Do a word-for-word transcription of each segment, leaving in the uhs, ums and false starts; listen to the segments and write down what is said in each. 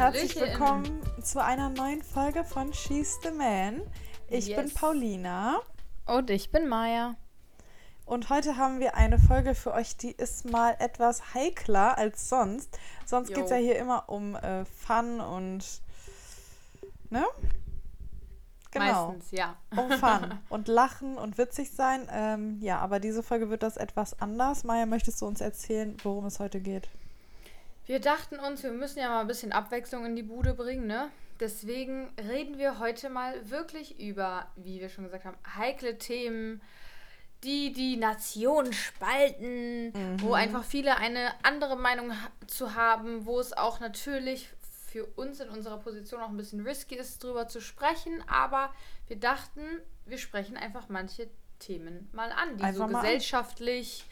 herzlich Hallöchen. willkommen zu einer neuen Folge von She's the Man. Ich Yes. bin Paulina Und ich bin Maya. und heute haben wir eine Folge für euch, die ist mal etwas heikler als sonst. Sonst Jo. geht es ja hier immer um äh, Fun und, ne? Genau, Meistens, ja. um Fun und Lachen und witzig sein. Ähm, ja, aber diese Folge wird das etwas anders. Maya, möchtest du uns erzählen, worum es heute geht? Wir dachten uns, wir müssen ja mal ein bisschen Abwechslung in die Bude bringen, ne? Deswegen reden wir heute mal wirklich über, wie wir schon gesagt haben, heikle Themen, die die Nation spalten, Mhm. wo einfach viele eine andere Meinung ha- zu haben, wo es auch natürlich für uns in unserer Position auch ein bisschen risky ist, drüber zu sprechen, aber wir dachten, wir sprechen einfach manche Themen mal an, die Einfach so mal an. gesellschaftlich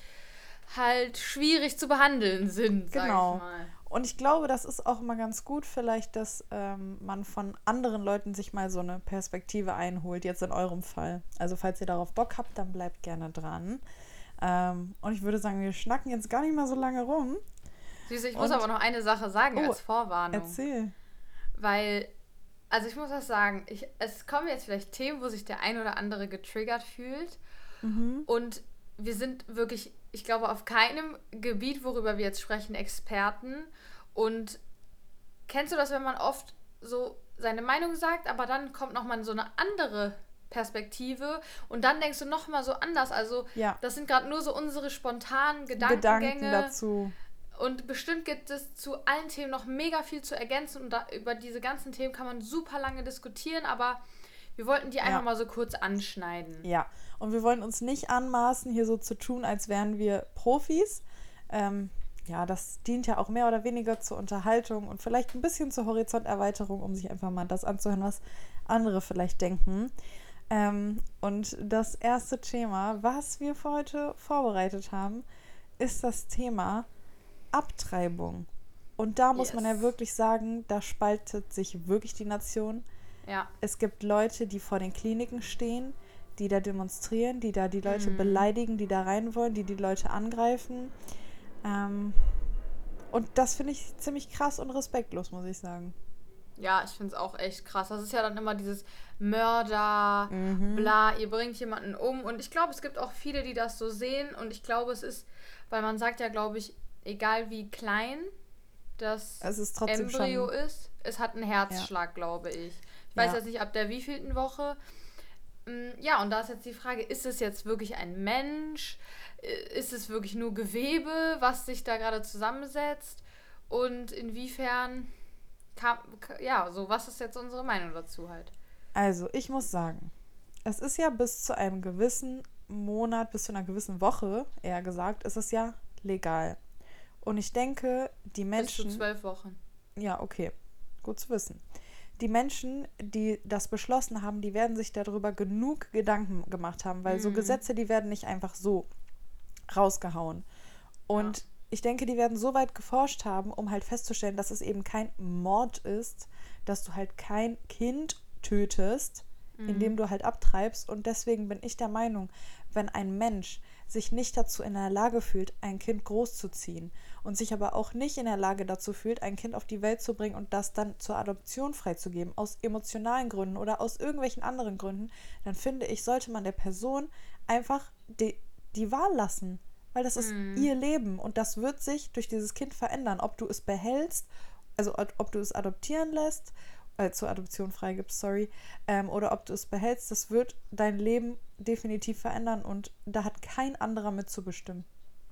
halt schwierig zu behandeln sind, sag Genau. ich mal. Und ich glaube, das ist auch immer ganz gut vielleicht, dass ähm, man von anderen Leuten sich mal so eine Perspektive einholt, jetzt in eurem Fall. Also falls ihr darauf Bock habt, dann bleibt gerne dran. Ähm, und ich würde sagen, wir schnacken jetzt gar nicht mal so lange rum. Süße, ich muss Und- aber noch eine Sache sagen Oh, als Vorwarnung. Erzähl. Weil, also ich muss was sagen, ich, es kommen jetzt vielleicht Themen, wo sich der ein oder andere getriggert fühlt. Mhm. Und wir sind wirklich, ich glaube, auf keinem Gebiet, worüber wir jetzt sprechen, Experten. Und kennst du das, wenn man oft so seine Meinung sagt, aber dann kommt nochmal so eine andere Perspektive und dann denkst du nochmal so anders. Also Ja, das sind gerade nur so unsere spontanen Gedanken Gedankengänge. dazu. Und bestimmt gibt es zu allen Themen noch mega viel zu ergänzen und da, über diese ganzen Themen kann man super lange diskutieren, aber wir wollten die einfach Ja. mal so kurz anschneiden. Ja, und wir wollen uns nicht anmaßen, hier so zu tun, als wären wir Profis. Ähm, ja, das dient ja auch mehr oder weniger zur Unterhaltung und vielleicht ein bisschen zur Horizonterweiterung, um sich einfach mal das anzuhören, was andere vielleicht denken. Ähm, und das erste Thema, was wir für heute vorbereitet haben, ist das Thema Abtreibung. Und da muss man ja Yes. wirklich sagen, da spaltet sich wirklich die Nation. Ja, Es gibt Leute, die vor den Kliniken stehen, die da demonstrieren, die da die Leute Mhm. beleidigen, die da rein wollen, die die Leute angreifen. Ähm, und das finde ich ziemlich krass und respektlos, muss ich sagen. ja, ich finde es auch echt krass. Das ist ja dann immer dieses Mörder, Mhm. bla, ihr bringt jemanden um. Und ich glaube, es gibt auch viele, die das so sehen. Und ich glaube, es ist, weil man sagt ja, glaube ich, egal wie klein das Es ist trotzdem Embryo schon. ist, es hat einen Herzschlag, glaube ich. Ich weiß Ja. jetzt nicht, ab der wievielten Woche. Mm, Ja, und da ist jetzt die Frage, ist es jetzt wirklich ein Mensch? Äh, Ist es wirklich nur Gewebe, was sich da gerade zusammensetzt? Und inwiefern kam, ka- ja, so, was ist jetzt unsere Meinung dazu halt? Also, ich muss sagen, es ist ja bis zu einem gewissen Monat, bis zu einer gewissen Woche, eher gesagt, ist es ja legal. Und ich denke, die Bis Menschen. zu zwölf Wochen. Ja, okay. Gut zu wissen. Die Menschen, die das beschlossen haben, die werden sich darüber genug Gedanken gemacht haben, weil so Mhm. Gesetze, die werden nicht einfach so rausgehauen. Und Ja. ich denke, die werden so weit geforscht haben, um halt festzustellen, dass es eben kein Mord ist, dass du halt kein Kind tötest, indem du halt abtreibst. Und deswegen bin ich der Meinung, wenn ein Mensch sich nicht dazu in der Lage fühlt, ein Kind großzuziehen und sich aber auch nicht in der Lage dazu fühlt, ein Kind auf die Welt zu bringen und das dann zur Adoption freizugeben, aus emotionalen Gründen oder aus irgendwelchen anderen Gründen, dann finde ich, sollte man der Person einfach die, die Wahl lassen. Weil das ist Mhm. ihr Leben und das wird sich durch dieses Kind verändern, ob du es behältst, also ob ob du es adoptieren lässt, äh, zur Adoption freigibst, sorry, ähm, oder ob du es behältst, das wird dein Leben definitiv verändern und da hat kein anderer mitzubestimmen.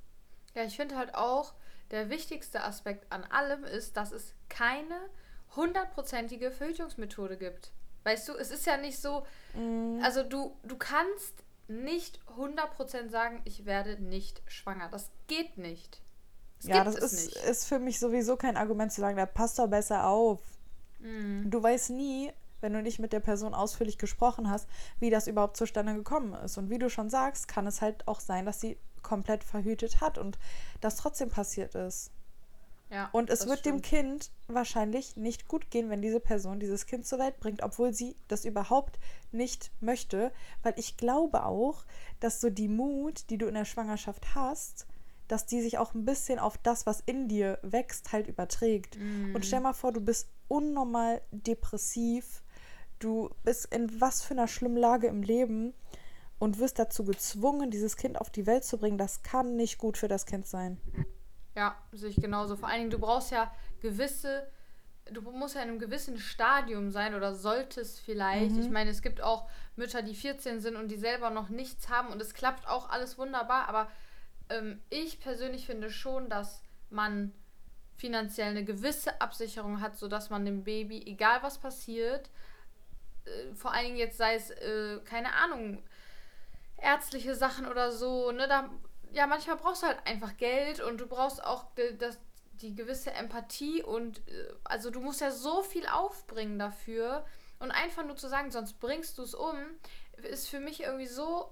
Ja, ich finde halt auch, der wichtigste Aspekt an allem ist, dass es keine hundertprozentige Verhütungsmethode gibt. Weißt du, es ist ja nicht so, also du, du kannst nicht hundert Prozent sagen, ich werde nicht schwanger. Das geht nicht. Das Ja, gibt das es ist, nicht. ist für mich sowieso kein Argument zu sagen, da passt doch besser auf. Mhm. Du weißt nie, wenn du nicht mit der Person ausführlich gesprochen hast, wie das überhaupt zustande gekommen ist. Und wie du schon sagst, kann es halt auch sein, dass sie komplett verhütet hat und das trotzdem passiert ist. Ja, Und es das wird dem stimmt. Kind wahrscheinlich nicht gut gehen, wenn diese Person dieses Kind zur Welt bringt, obwohl sie das überhaupt nicht möchte. Weil ich glaube auch, dass so die Mut, die du in der Schwangerschaft hast, dass die sich auch ein bisschen auf das, was in dir wächst, halt überträgt. Mm. Und stell mal vor, du bist unnormal depressiv, du bist in was für einer schlimmen Lage im Leben und wirst dazu gezwungen, dieses Kind auf die Welt zu bringen. Das kann nicht gut für das Kind sein. Ja, sehe ich genauso. Vor allen Dingen, du brauchst ja gewisse, du musst ja in einem gewissen Stadium sein oder solltest vielleicht. Mhm. Ich meine, es gibt auch Mütter, die vierzehn sind und die selber noch nichts haben und es klappt auch alles wunderbar, aber ähm, ich persönlich finde schon, dass man finanziell eine gewisse Absicherung hat, sodass man dem Baby, egal was passiert, äh, vor allen Dingen jetzt sei es, äh, keine Ahnung, ärztliche Sachen oder so, ne, da, ja, manchmal brauchst du halt einfach Geld und du brauchst auch die, das, die gewisse Empathie und, äh, also du musst ja so viel aufbringen dafür und einfach nur zu sagen, sonst bringst du es um, ist für mich irgendwie so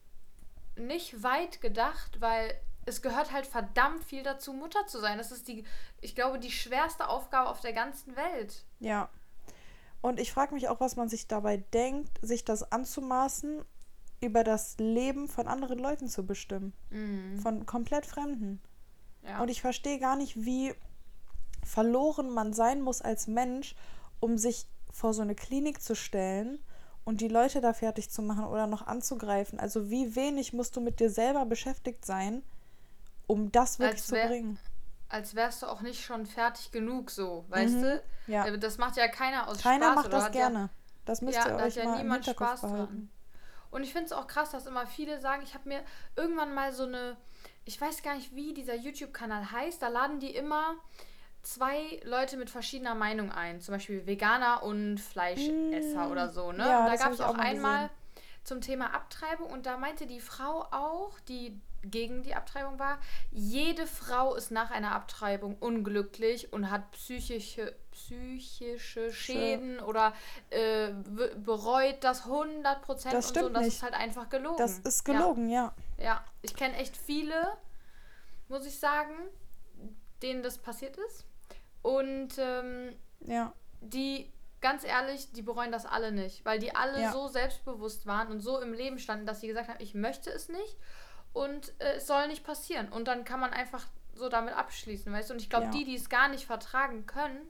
nicht weit gedacht, weil es gehört halt verdammt viel dazu, Mutter zu sein. Das ist die, ich glaube, die schwerste Aufgabe auf der ganzen Welt. Ja. Und ich frage mich auch, was man sich dabei denkt, sich das anzumaßen, über das Leben von anderen Leuten zu bestimmen. Mhm. Von komplett Fremden. Ja. Und ich verstehe gar nicht, wie verloren man sein muss als Mensch, um sich vor so eine Klinik zu stellen und die Leute da fertig zu machen oder noch anzugreifen. Also wie wenig musst du mit dir selber beschäftigt sein, um das wirklich wär, zu bringen. Als wärst du auch nicht schon fertig genug so, weißt mhm, du? Ja. Das macht ja keiner aus keiner Spaß. Macht oder das gerne. Ja, das müsst ja, ihr da euch hat ja mal niemand im Hinterkopf Spaß behalten. dran. Und ich finde es auch krass, dass immer viele sagen, ich habe mir irgendwann mal so eine, ich weiß gar nicht, wie dieser YouTube-Kanal heißt, da laden die immer zwei Leute mit verschiedener Meinung ein. Zum Beispiel Veganer und Fleischesser mmh, oder so, ne? Ja, und da gab es auch, auch einmal gesehen. Zum Thema Abtreibung und da meinte die Frau auch, die gegen die Abtreibung war, jede Frau ist nach einer Abtreibung unglücklich und hat psychische, psychische Schäden Schön. oder äh, bereut das hundert Prozent das und so. Und das nicht. ist halt einfach gelogen. Das ist gelogen, ja. Ja, ja. Ich kenne echt viele, muss ich sagen, denen das passiert ist. Und ähm, ja. die, ganz ehrlich, die bereuen das alle nicht, weil die alle ja. so selbstbewusst waren und so im Leben standen, dass sie gesagt haben, ich möchte es nicht und äh, es soll nicht passieren. Und dann kann man einfach so damit abschließen, weißt du? Und ich glaube, ja. die, die es gar nicht vertragen können,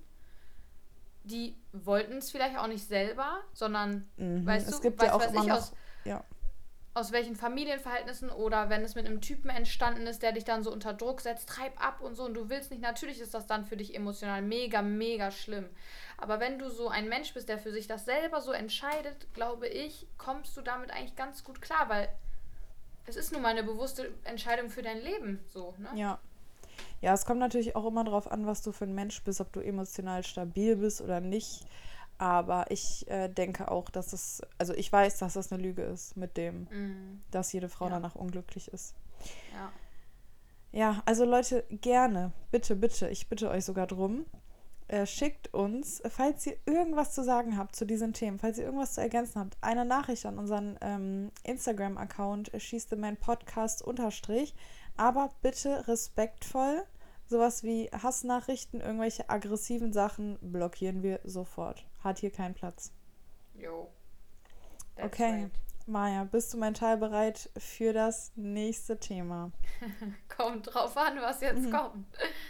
die wollten es vielleicht auch nicht selber, sondern, mhm. weißt es du, gibt weiß, ja auch weiß immer ich, noch, aus, ja. aus welchen Familienverhältnissen oder wenn es mit einem Typen entstanden ist, der dich dann so unter Druck setzt, treib ab und so und du willst nicht, natürlich ist das dann für dich emotional mega, mega schlimm. Aber wenn du so ein Mensch bist, der für sich das selber so entscheidet, glaube ich, kommst du damit eigentlich ganz gut klar, weil es ist nun mal eine bewusste Entscheidung für dein Leben, so, ne? Ja. Ja, es kommt natürlich auch immer darauf an, was du für ein Mensch bist, ob du emotional stabil bist oder nicht. Aber ich äh, denke auch, dass es, also ich weiß, dass das eine Lüge ist mit dem, mm. dass jede Frau ja. danach unglücklich ist. Ja. Ja, also Leute, gerne, bitte, bitte, ich bitte euch sogar drum, äh, schickt uns, falls ihr irgendwas zu sagen habt zu diesen Themen, falls ihr irgendwas zu ergänzen habt, eine Nachricht an unseren ähm, Instagram-Account, She's the Man Podcast unterstrich, aber bitte respektvoll. Sowas wie Hassnachrichten, irgendwelche aggressiven Sachen blockieren wir sofort. Hat hier keinen Platz. Jo. Okay, right. Maja, bist du mental bereit für das nächste Thema? Kommt drauf an, was jetzt mhm. kommt.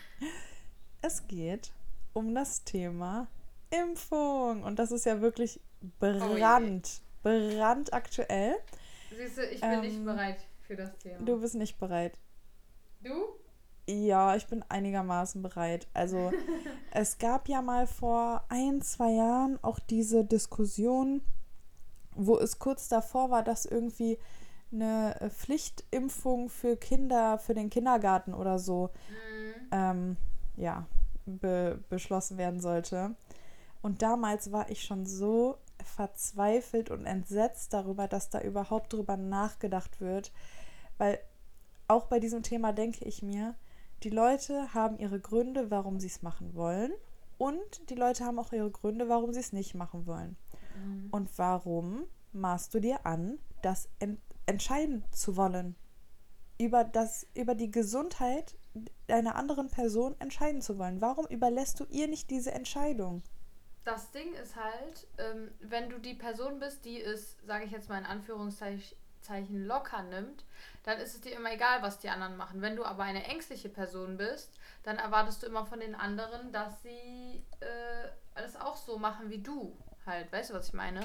Es geht um das Thema Impfung. Und das ist ja wirklich brand, oh brandaktuell. Siehst du, ich bin ähm, nicht bereit für das Thema. Du bist nicht bereit. Du? Ja, ich bin einigermaßen bereit. Also es gab ja mal vor ein, zwei Jahren auch diese Diskussion, wo es kurz davor war, dass irgendwie eine Pflichtimpfung für Kinder, für den Kindergarten oder so, mhm. ähm, ja, be- beschlossen werden sollte. Und damals war ich schon so verzweifelt und entsetzt darüber, dass da überhaupt drüber nachgedacht wird. Weil auch bei diesem Thema denke ich mir, die Leute haben ihre Gründe, warum sie es machen wollen. Und die Leute haben auch ihre Gründe, warum sie es nicht machen wollen. Mhm. Und warum maßt du dir an, das ent- entscheiden zu wollen? Über, das, über die Gesundheit einer anderen Person entscheiden zu wollen. Warum überlässt du ihr nicht diese Entscheidung? Das Ding ist halt, ähm, wenn du die Person bist, die es, sage ich jetzt mal in Anführungszeichen, Anführungszeichen locker nimmt, dann ist es dir immer egal, was die anderen machen. Wenn du aber eine ängstliche Person bist, dann erwartest du immer von den anderen, dass sie äh, alles auch so machen wie du halt. Weißt du, was ich meine?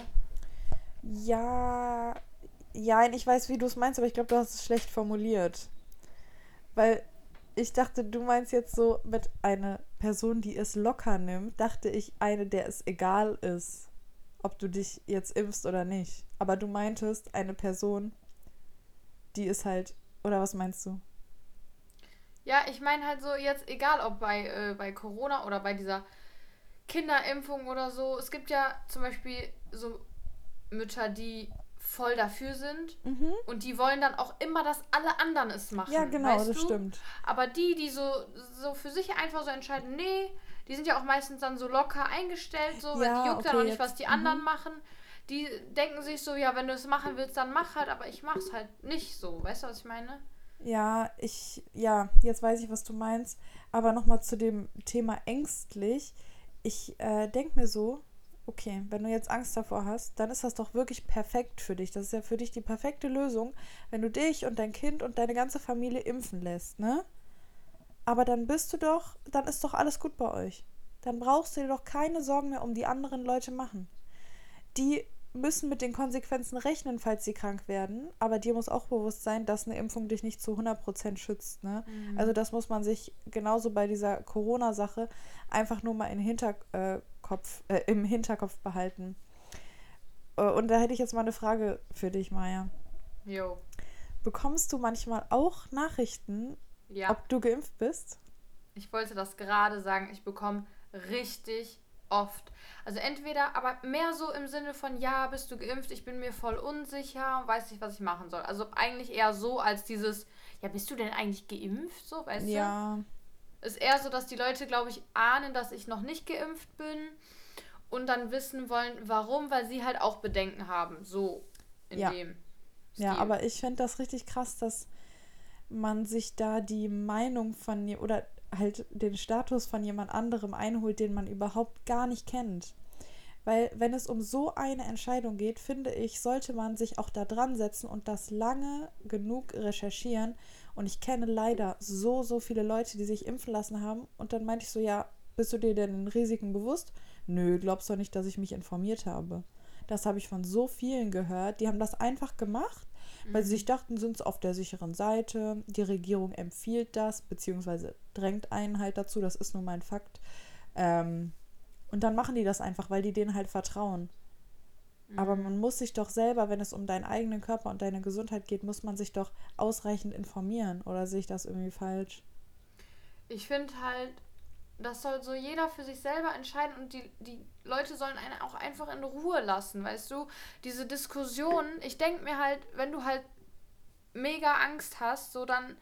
Ja, ja, ich weiß, wie du es meinst, aber ich glaube, du hast es schlecht formuliert. Weil ich dachte, du meinst jetzt so mit einer Person, die es locker nimmt, dachte ich eine, der es egal ist, ob du dich jetzt impfst oder nicht. Aber du meintest eine Person, die ist halt, oder was meinst du? Ja, ich meine halt so jetzt, egal ob bei, äh, bei Corona oder bei dieser Kinderimpfung oder so. Es gibt ja zum Beispiel so Mütter, die voll dafür sind Mhm. und die wollen dann auch immer, dass alle anderen es machen. Ja, genau, weißt das du? stimmt. Aber die, die so, so für sich einfach so entscheiden, nee, die sind ja auch meistens dann so locker eingestellt, so, weil Ja, die juckt dann okay, auch nicht, jetzt. was die anderen machen. Die denken sich so, ja, wenn du es machen willst, dann mach halt, aber ich mach's halt nicht so. Weißt du, was ich meine? Ja, ich, ja, jetzt weiß ich, was du meinst. Aber nochmal zu dem Thema ängstlich. Ich äh, denke mir so, okay, wenn du jetzt Angst davor hast, dann ist das doch wirklich perfekt für dich. Das ist ja für dich die perfekte Lösung, wenn du dich und dein Kind und deine ganze Familie impfen lässt, ne? Aber dann bist du doch, dann ist doch alles gut bei euch. Dann brauchst du dir doch keine Sorgen mehr um die anderen Leute machen. Die müssen mit den Konsequenzen rechnen, falls sie krank werden. Aber dir muss auch bewusst sein, dass eine Impfung dich nicht zu hundert Prozent schützt. Ne? Mhm. Also das muss man sich genauso bei dieser Corona-Sache einfach nur mal in Hinterkopf, äh, im Hinterkopf behalten. Äh, und da hätte ich jetzt mal eine Frage für dich, Maja. Jo. Bekommst du manchmal auch Nachrichten, Ja. ob du geimpft bist? Ich wollte das gerade sagen, ich bekomme richtig oft. Also entweder, aber mehr so im Sinne von, ja, bist du geimpft, ich bin mir voll unsicher, weiß nicht, was ich machen soll. Also eigentlich eher so als dieses, ja, bist du denn eigentlich geimpft, so, weißt Ja. du? Ist eher so, dass die Leute, glaube ich, ahnen, dass ich noch nicht geimpft bin und dann wissen wollen, warum, weil sie halt auch Bedenken haben, so in Ja. dem Stil. Ja, aber ich finde das richtig krass, dass man sich da die Meinung von je- oder halt den Status von jemand anderem einholt, den man überhaupt gar nicht kennt. Weil wenn es um so eine Entscheidung geht, finde ich, sollte man sich auch da dran setzen und das lange genug recherchieren. Und ich kenne leider so, so viele Leute, die sich impfen lassen haben. Und dann meinte ich so, ja, bist du dir denn den Risiken bewusst? Nö, glaubst du nicht, dass ich mich informiert habe? Das habe ich von so vielen gehört. Die haben das einfach gemacht, weil sie sich dachten, sind sie auf der sicheren Seite. Die Regierung empfiehlt das, beziehungsweise drängt einen halt dazu. Das ist nun mal ein Fakt. Ähm, und dann machen die das einfach, weil die denen halt vertrauen. Mhm. Aber man muss sich doch selber, wenn es um deinen eigenen Körper und deine Gesundheit geht, muss man sich doch ausreichend informieren. Oder sehe ich das irgendwie falsch? Ich finde halt, das soll so jeder für sich selber entscheiden und die, die Leute sollen einen auch einfach in Ruhe lassen, weißt du? Diese Diskussionen, ich denke mir halt, wenn du halt mega Angst hast, so dann,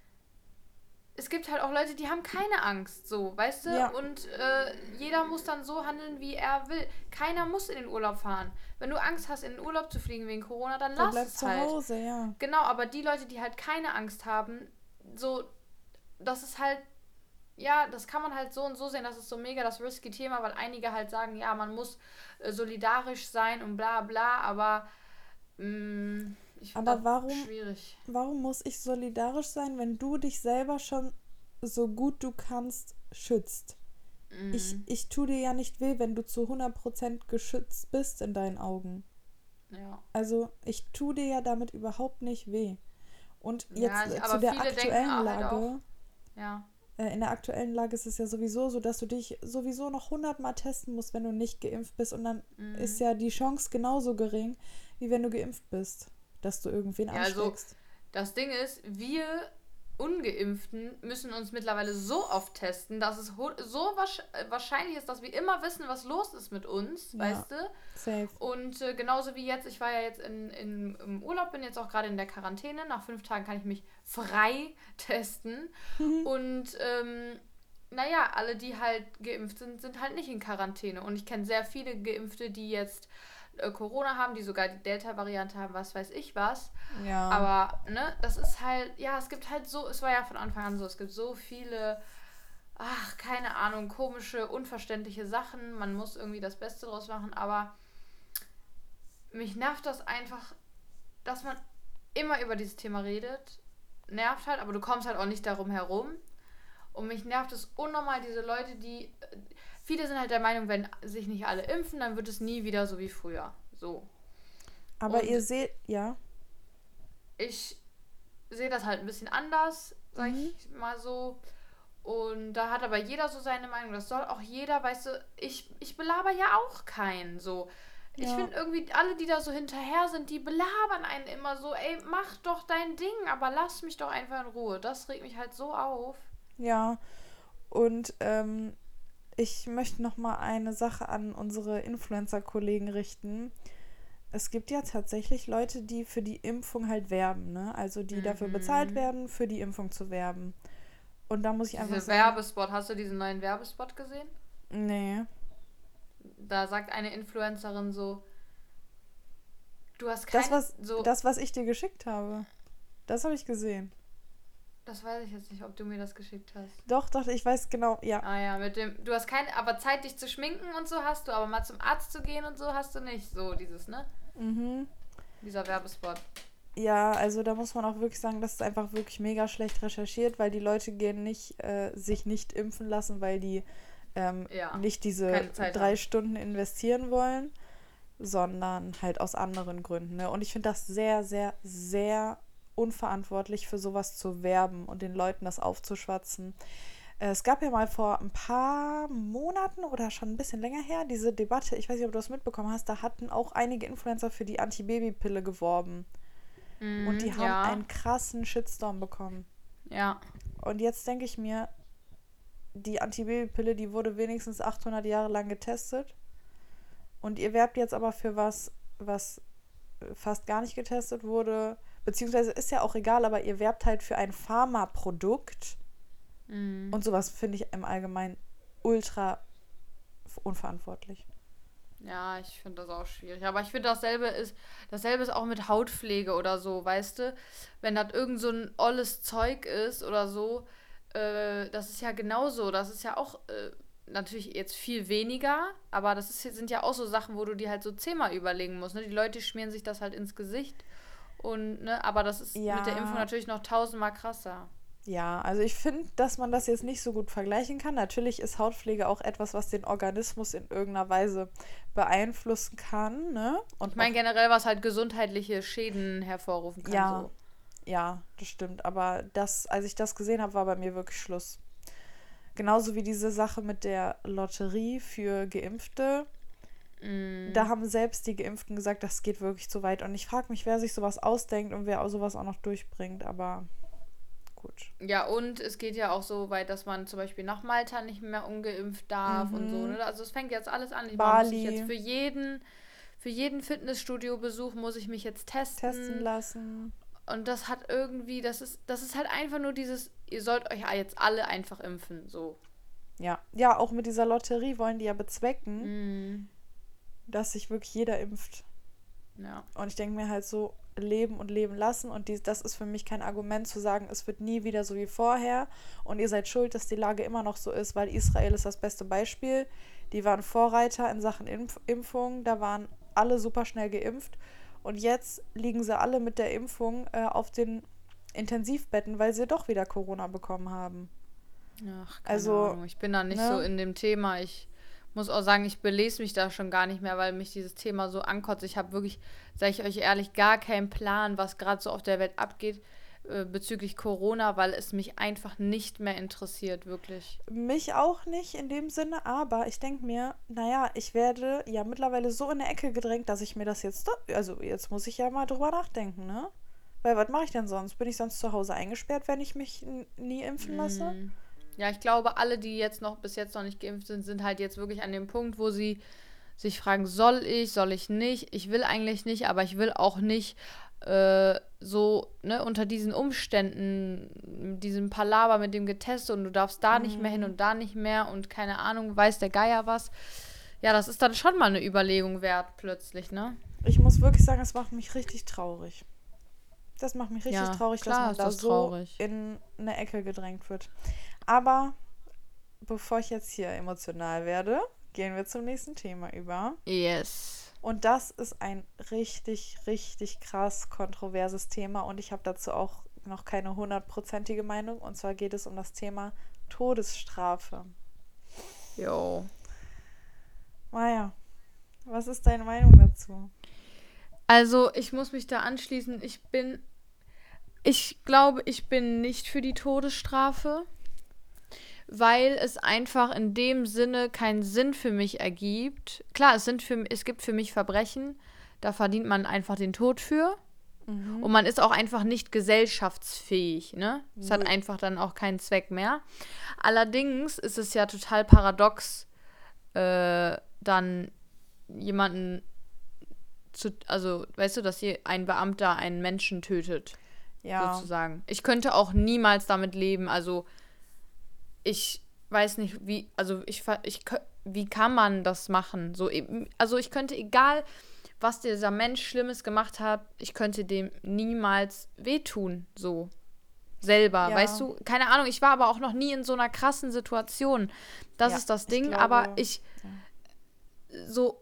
es gibt halt auch Leute, die haben keine Angst, so, weißt du? Ja. Und äh, jeder muss dann so handeln, wie er will. Keiner muss in den Urlaub fahren. Wenn du Angst hast, in den Urlaub zu fliegen wegen Corona, dann Du lass bleibst es zu halt. Hause, ja. Genau, aber die Leute, die halt keine Angst haben, so, das ist halt, ja, das kann man halt so und so sehen, das ist so mega das risky Thema, weil einige halt sagen, ja, man muss äh, solidarisch sein und bla bla, aber mh, ich finde Aber das warum, schwierig. warum muss ich solidarisch sein, wenn du dich selber schon so gut du kannst schützt? Mhm. Ich, ich tue dir ja nicht weh, wenn du zu hundert Prozent geschützt bist in deinen Augen. Ja. Also ich tue dir ja damit überhaupt nicht weh. Und jetzt Ja, ich- äh, aber zu der viele denken aktuellen halt Lage, auch- Ja. äh, in der aktuellen Lage ist es ja sowieso so, dass du dich sowieso noch hundertmal testen musst, wenn du nicht geimpft bist. Und dann Mhm. ist ja die Chance genauso gering, wie wenn du geimpft bist, dass du irgendwen Ja, also ansteckst. das Ding ist, wir Ungeimpften müssen uns mittlerweile so oft testen, dass es ho- so wahrsch- äh, wahrscheinlich ist, dass wir immer wissen, was los ist mit uns, Ja. weißt du? Safe. Und äh, genauso wie jetzt, ich war ja jetzt in, in, im Urlaub, bin jetzt auch gerade in der Quarantäne. Nach fünf Tagen kann ich mich frei testen. Und ähm, naja, alle, die halt geimpft sind, sind halt nicht in Quarantäne. Und ich kenne sehr viele Geimpfte, die jetzt äh, Corona haben, die sogar die Delta-Variante haben, was weiß ich was. Ja. Aber, ne, das ist halt, ja, es gibt halt so, es war ja von Anfang an so, es gibt so viele, ach, keine Ahnung, komische, unverständliche Sachen. Man muss irgendwie das Beste draus machen, aber mich nervt das einfach, dass man immer über dieses Thema redet, nervt halt, aber du kommst halt auch nicht darum herum. Und mich nervt es unnormal, diese Leute, die... Viele sind halt der Meinung, wenn sich nicht alle impfen, dann wird es nie wieder so wie früher. So. Aber Und ihr seht, ja. ich sehe das halt ein bisschen anders, sag Mhm. ich mal so. Und da hat aber jeder so seine Meinung. Das soll auch jeder, weißt du, ich, ich belaber ja auch keinen so. Ich Ja. finde irgendwie, alle, die da so hinterher sind, die belabern einen immer so, ey, mach doch dein Ding, aber lass mich doch einfach in Ruhe. Das regt mich halt so auf. Ja. Und ähm, ich möchte noch mal eine Sache an unsere Influencer-Kollegen richten. Es gibt ja tatsächlich Leute, die für die Impfung halt werben, ne? Also die dafür bezahlt werden, für die Impfung zu werben. Und da muss ich einfach Diese sagen, Werbespot, hast du diesen neuen Werbespot gesehen? nee. Da sagt eine Influencerin so, du hast keine... Das was, so, das, was ich dir geschickt habe, das habe ich gesehen. das weiß ich jetzt nicht, ob du mir das geschickt hast. Doch, doch, ich weiß genau, ja. Ah ja, mit dem, du hast keine, aber Zeit, dich zu schminken und so hast du, aber mal zum Arzt zu gehen und so hast du nicht. So dieses, ne? Mhm. Dieser Werbespot. Ja, also da muss man auch wirklich sagen, das ist einfach wirklich mega schlecht recherchiert, weil die Leute gehen nicht, äh, sich nicht impfen lassen, weil die ähm, Ja, nicht diese keine Zeit drei haben. Stunden investieren wollen, sondern halt aus anderen Gründen. Ne? Und ich finde das sehr, sehr, sehr unverantwortlich, für sowas zu werben und den Leuten das aufzuschwatzen. Äh, Es gab ja mal vor ein paar Monaten oder schon ein bisschen länger her diese Debatte, ich weiß nicht, ob du das mitbekommen hast, da hatten auch einige Influencer für die Antibabypille geworben. Und die Mhm, haben ja, einen krassen Shitstorm bekommen. ja. Und jetzt denke ich mir, die Antibabypille, die wurde wenigstens achthundert Jahre lang getestet. Und ihr werbt jetzt aber für was, was fast gar nicht getestet wurde. Beziehungsweise ist ja auch egal, aber ihr werbt halt für ein Pharmaprodukt. Mhm. Und sowas finde ich im Allgemeinen ultra unverantwortlich. Ja, ich finde das auch schwierig. Aber ich finde, dasselbe ist, dasselbe ist auch mit Hautpflege oder so, weißt du? Wenn das irgend so ein olles Zeug ist oder so, äh, das ist ja genauso. Das ist ja auch äh, natürlich jetzt viel weniger, aber das ist, sind ja auch so Sachen, wo du dir halt so zehnmal überlegen musst. Ne? Die Leute schmieren sich das halt ins Gesicht. Und, ne, aber das ist mit der Impfung Ja, natürlich noch tausendmal krasser. ja, also ich finde, dass man das jetzt nicht so gut vergleichen kann. Natürlich ist Hautpflege auch etwas, was den Organismus in irgendeiner Weise beeinflussen kann, ne? Ich Und meine auch, generell, was halt gesundheitliche Schäden hervorrufen kann, ja, so. ja, das stimmt. Aber das, als ich das gesehen habe, war bei mir wirklich Schluss. Genauso wie diese Sache mit der Lotterie für Geimpfte. Da Mm. haben selbst die Geimpften gesagt, das geht wirklich zu weit. Und ich frage mich, wer sich sowas ausdenkt und wer auch sowas auch noch durchbringt. Aber gut. Ja, und es geht ja auch so weit, dass man zum Beispiel nach Malta nicht mehr ungeimpft darf und so, Mhm. ne? Also es fängt jetzt alles an. Man muss sich jetzt Bali für jeden, für jeden Fitnessstudio-Besuch muss ich mich jetzt testen testen. lassen. Und das hat irgendwie, das ist, das ist halt einfach nur dieses, ihr sollt euch jetzt alle einfach impfen, so. Ja. Ja, auch mit dieser Lotterie wollen die ja bezwecken, Mm. dass sich wirklich jeder impft. Ja. Und ich denke mir halt so, leben und leben lassen. Und dies, das ist für mich kein Argument zu sagen, es wird nie wieder so wie vorher. Und ihr seid schuld, dass die Lage immer noch so ist, weil Israel ist das beste Beispiel. Die waren Vorreiter in Sachen Impf- Impfung. Da waren alle super schnell geimpft. Und jetzt liegen sie alle mit der Impfung äh, auf den Intensivbetten, weil sie doch wieder Corona bekommen haben. Ach, keine Also, Ahnung. Ich bin da nicht ne? so in dem Thema. Ich muss auch sagen, ich belese mich da schon gar nicht mehr, weil mich dieses Thema so ankotzt. Ich habe wirklich, sage ich euch ehrlich, gar keinen Plan, was gerade so auf der Welt abgeht äh, bezüglich Corona, weil es mich einfach nicht mehr interessiert, wirklich. Mich auch nicht in dem Sinne, aber ich denke mir, naja, ich werde ja mittlerweile so in eine Ecke gedrängt, dass ich mir das jetzt, do- also jetzt muss ich ja mal drüber nachdenken, ne? Weil was mache ich denn sonst? Bin ich sonst zu Hause eingesperrt, wenn ich mich n- nie impfen lasse? Mm. Ja, ich glaube, alle, die jetzt noch bis jetzt noch nicht geimpft sind, sind halt jetzt wirklich an dem Punkt, wo sie sich fragen, soll ich, soll ich nicht? Ich will eigentlich nicht, aber ich will auch nicht äh, so, ne, unter diesen Umständen, diesem Palaver mit dem Geteste und du darfst da nicht mehr hin Mhm. und da nicht mehr und keine Ahnung, weiß der Geier was. Ja, das ist dann schon mal eine Überlegung wert, plötzlich, ne? Ich muss wirklich sagen, es macht mich richtig traurig. Das macht mich richtig Ja, traurig, dass klar man ist da das so traurig. in eine Ecke gedrängt wird. Aber bevor ich jetzt hier emotional werde, gehen wir zum nächsten Thema über. Yes. Und das ist ein richtig, richtig krass kontroverses Thema und ich habe dazu auch noch keine hundertprozentige Meinung. Und zwar geht es um das Thema Todesstrafe. Jo. Maja, was ist deine Meinung dazu? Also, ich muss mich da anschließen. Ich bin, ich glaube, ich bin nicht für die Todesstrafe, weil es einfach in dem Sinne keinen Sinn für mich ergibt. Klar, es sind für, es gibt für mich Verbrechen, da verdient man einfach den Tod für. Mhm. Und man ist auch einfach nicht gesellschaftsfähig, ne? Es hat einfach dann auch keinen Zweck mehr. Allerdings ist es ja total paradox, äh, dann jemanden zu, also, weißt du, dass hier ein Beamter einen Menschen tötet, ja. sozusagen. Ich könnte auch niemals damit leben, also ich weiß nicht, wie, also ich, ich, wie kann man das machen? So, also ich könnte, egal was dieser Mensch Schlimmes gemacht hat, ich könnte dem niemals wehtun, so selber, ja. weißt du? Keine Ahnung, ich war aber auch noch nie in so einer krassen Situation. Das ja, ist das Ding, ich glaube, aber ich ja. so,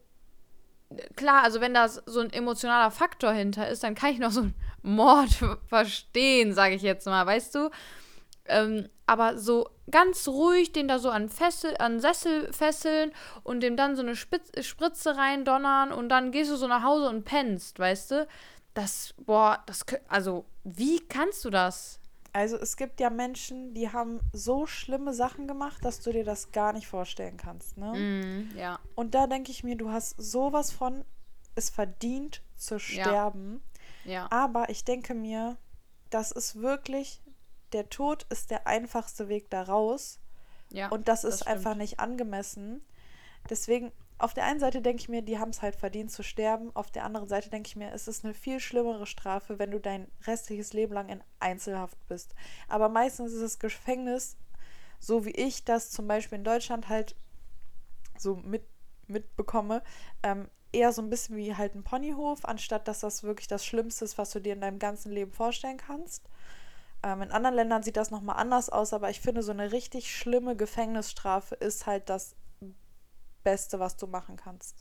klar, also wenn da so ein emotionaler Faktor hinter ist, dann kann ich noch so einen Mord verstehen, sage ich jetzt mal, weißt du? Ähm, aber so ganz ruhig den da so an Fessel, an Sessel fesseln und dem dann so eine Spitz, Spritze reindonnern und dann gehst du so nach Hause und pennst, weißt du? Das, boah, das, also, wie kannst du das? Also es gibt ja Menschen, die haben so schlimme Sachen gemacht, dass du dir das gar nicht vorstellen kannst, ne? Mm, ja. Und da denke ich mir, du hast sowas von es verdient zu sterben. Ja. ja. Aber ich denke mir, das ist wirklich, der Tod ist der einfachste Weg da raus. Ja, und das ist das einfach nicht angemessen. Deswegen, auf der einen Seite denke ich mir, die haben es halt verdient zu sterben. Auf der anderen Seite denke ich mir, es ist eine viel schlimmere Strafe, wenn du dein restliches Leben lang in Einzelhaft bist. Aber meistens ist das Gefängnis, so wie ich das zum Beispiel in Deutschland halt so mit, mitbekomme, ähm, eher so ein bisschen wie halt ein Ponyhof, anstatt dass das wirklich das Schlimmste ist, was du dir in deinem ganzen Leben vorstellen kannst. Ähm, in anderen Ländern sieht das nochmal anders aus, aber ich finde, so eine richtig schlimme Gefängnisstrafe ist halt das Beste, was du machen kannst.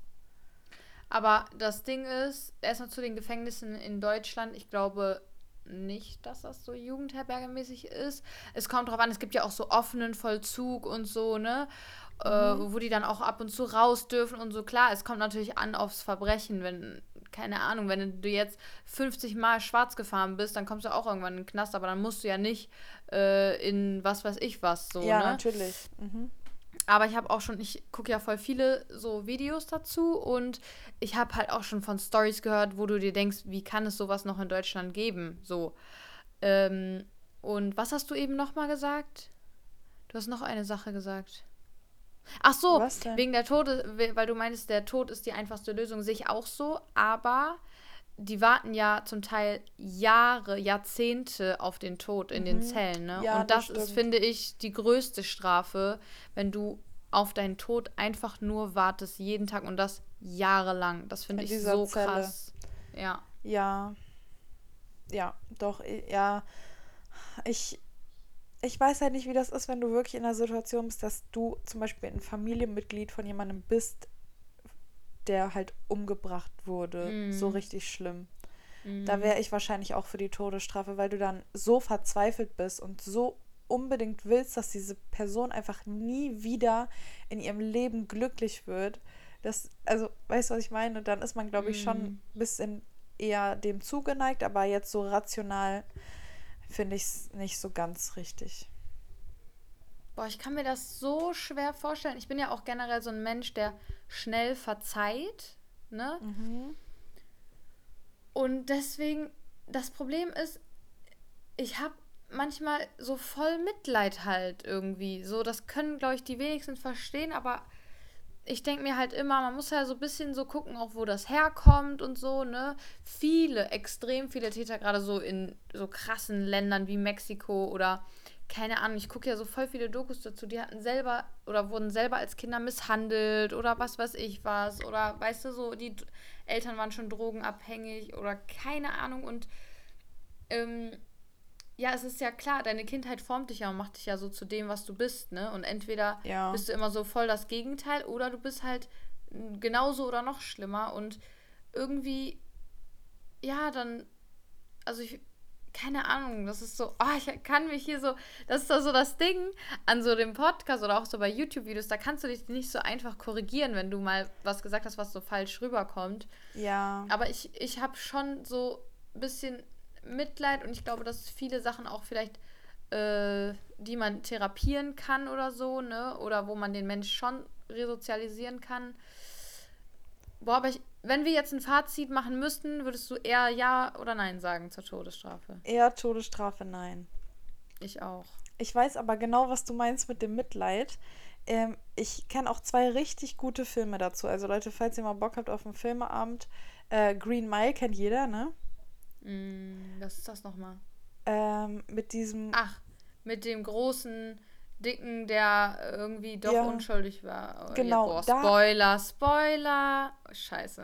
Aber das Ding ist, erstmal zu den Gefängnissen in Deutschland, ich glaube nicht, dass das so jugendherbergemäßig ist. Es kommt drauf an, es gibt ja auch so offenen Vollzug und so, ne? Mhm. Äh, wo die dann auch ab und zu raus dürfen und so. Klar, es kommt natürlich an aufs Verbrechen, wenn, keine Ahnung, wenn du jetzt fünfzig Mal schwarz gefahren bist, dann kommst du auch irgendwann in den Knast, aber dann musst du ja nicht äh, in was weiß ich was, so, ja, ne? Ja, natürlich. Mhm. Aber ich habe auch schon, ich gucke ja voll viele so Videos dazu und ich habe halt auch schon von Stories gehört, wo du dir denkst, wie kann es sowas noch in Deutschland geben? So. Ähm, und was hast du eben nochmal gesagt? Du hast noch eine Sache gesagt. Ach so, Was denn? wegen der Tode, weil du meinst, der Tod ist die einfachste Lösung, sehe ich auch so, aber die warten ja zum Teil Jahre, Jahrzehnte auf den Tod in mhm. den Zellen, ne? Ja, und das, das ist, finde ich, die größte Strafe, wenn du auf deinen Tod einfach nur wartest, jeden Tag und das jahrelang. Das finde ich so Zelle. krass. Ja. Ja. Ja, doch, ja. Ich, ich weiß halt nicht, wie das ist, wenn du wirklich in einer Situation bist, dass du zum Beispiel ein Familienmitglied von jemandem bist, der halt umgebracht wurde. Mm. So richtig schlimm. Mm. Da wäre ich wahrscheinlich auch für die Todesstrafe, weil du dann so verzweifelt bist und so unbedingt willst, dass diese Person einfach nie wieder in ihrem Leben glücklich wird. Das, also, weißt du, was ich meine? Dann ist man, glaube ich, mm. schon ein bisschen eher dem zugeneigt, aber jetzt so rational finde ich es nicht so ganz richtig. Boah, ich kann mir das so schwer vorstellen. Ich bin ja auch generell so ein Mensch, der schnell verzeiht, ne? Mhm. Und deswegen, das Problem ist, ich habe manchmal so voll Mitleid halt irgendwie. So, das können, glaube ich, die wenigsten verstehen, aber ich denke mir halt immer, man muss ja so ein bisschen so gucken, auch wo das herkommt und so, ne? Viele, extrem viele Täter, gerade so in so krassen Ländern wie Mexiko oder keine Ahnung, ich gucke ja so voll viele Dokus dazu, die hatten selber oder wurden selber als Kinder misshandelt oder was weiß ich was oder weißt du so, die Eltern waren schon drogenabhängig oder keine Ahnung und ähm, ja, es ist ja klar, deine Kindheit formt dich ja und macht dich ja so zu dem, was du bist, ne? Und entweder ja. bist du immer so voll das Gegenteil oder du bist halt genauso oder noch schlimmer. Und irgendwie, ja, dann, also ich, keine Ahnung, das ist so, oh, ich kann mich hier so, das ist doch so das Ding an so dem Podcast oder auch so bei YouTube-Videos, da kannst du dich nicht so einfach korrigieren, wenn du mal was gesagt hast, was so falsch rüberkommt. Ja. Aber ich, ich habe schon so ein bisschen Mitleid und ich glaube, dass viele Sachen auch vielleicht, äh, die man therapieren kann oder so, ne, oder wo man den Mensch schon resozialisieren kann. Boah, aber ich, wenn wir jetzt ein Fazit machen müssten, würdest du eher Ja oder Nein sagen zur Todesstrafe? Eher Todesstrafe, nein. Ich auch. Ich weiß aber genau, was du meinst mit dem Mitleid. Ähm, ich kenne auch zwei richtig gute Filme dazu. Also Leute, falls ihr mal Bock habt auf einen Filmeabend, äh, Green Mile kennt jeder, ne? Mm, was ist das nochmal? Ähm, mit diesem... Ach, mit dem großen, dicken, der irgendwie doch Ja, unschuldig war. Oh, ja, genau, boah, da Spoiler, Spoiler. Oh, scheiße.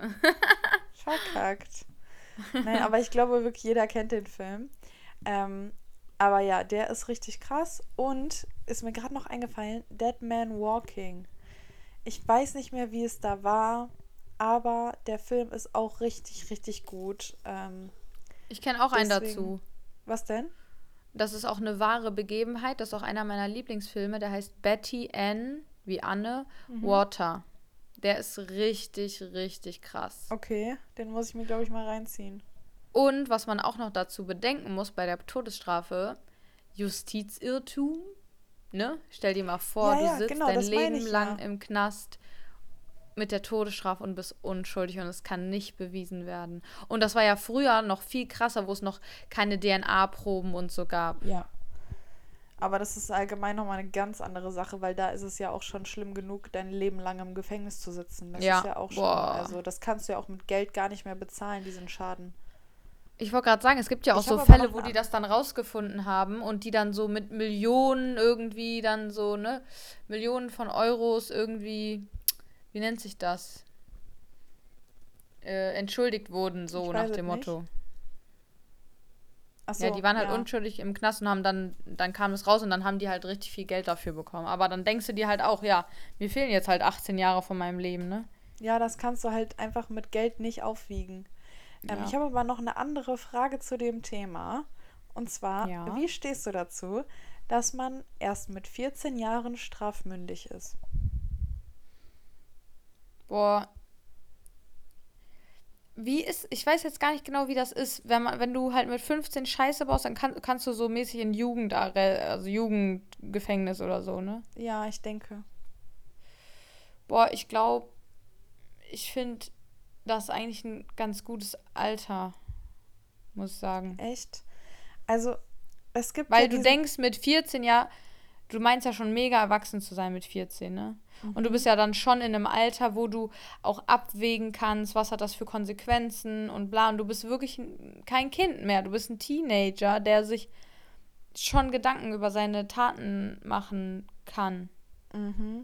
verkackt. Nein, aber ich glaube wirklich, jeder kennt den Film. Ähm, aber ja, der ist richtig krass. Und ist mir gerade noch eingefallen, Dead Man Walking. Ich weiß nicht mehr, wie es da war, aber der Film ist auch richtig, richtig gut. Ähm, Ich kenne auch einen deswegen. dazu. Was denn? Das ist auch eine wahre Begebenheit. Das ist auch einer meiner Lieblingsfilme. Der heißt Betty Ann, wie Anne, Mhm. Water. Der ist richtig, richtig krass. Okay, den muss ich mir, glaube ich, mal reinziehen. Und was man auch noch dazu bedenken muss bei der Todesstrafe, Justizirrtum. Ne? Stell dir mal vor, Ja, du ja, sitzt genau, dein das meine Leben ich lang ja. im Knast mit der Todesstrafe und bist unschuldig und es kann nicht bewiesen werden. Und das war ja früher noch viel krasser, wo es noch keine D N A-Proben und so gab. Ja. Aber das ist allgemein nochmal eine ganz andere Sache, weil da ist es ja auch schon schlimm genug, dein Leben lang im Gefängnis zu sitzen. Das ist Ja, ja auch schon, boah. also das kannst du ja auch mit Geld gar nicht mehr bezahlen, diesen Schaden. Ich wollte gerade sagen, es gibt ja auch Ich so habe aber noch Fälle, wo eine die andere. das dann rausgefunden haben und die dann so mit Millionen irgendwie dann so, ne, Millionen von Euros irgendwie, wie nennt sich das? Äh, entschuldigt wurden, so Ich nach weiß es dem nicht. Motto. Ach Ja, so, die waren halt ja. unschuldig im Knast und haben dann, dann kam es raus und dann haben die halt richtig viel Geld dafür bekommen. Aber dann denkst du dir halt auch, ja, mir fehlen jetzt halt achtzehn Jahre von meinem Leben, ne? Ja, das kannst du halt einfach mit Geld nicht aufwiegen. Ähm, ich Ja. habe aber noch eine andere Frage zu dem Thema. Und zwar, Ja. wie stehst du dazu, dass man erst mit vierzehn Jahren strafmündig ist? Boah, wie ist, ich weiß jetzt gar nicht genau, wie das ist. Wenn man, wenn du halt mit fünfzehn Scheiße baust, dann kann, kannst du so mäßig in Jugend, also Jugendgefängnis oder so, ne? Ja, ich denke. Boah, ich glaube, ich finde das eigentlich ein ganz gutes Alter, muss ich sagen. Echt? Also, es gibt ja Weil du diesen. denkst mit vierzehn, ja, du meinst ja schon mega erwachsen zu sein mit vierzehn, ne? Und du Mhm. bist ja dann schon in einem Alter, wo du auch abwägen kannst, was hat das für Konsequenzen und bla. Und du bist wirklich ein, kein Kind mehr. Du bist ein Teenager, der sich schon Gedanken über seine Taten machen kann. Mhm.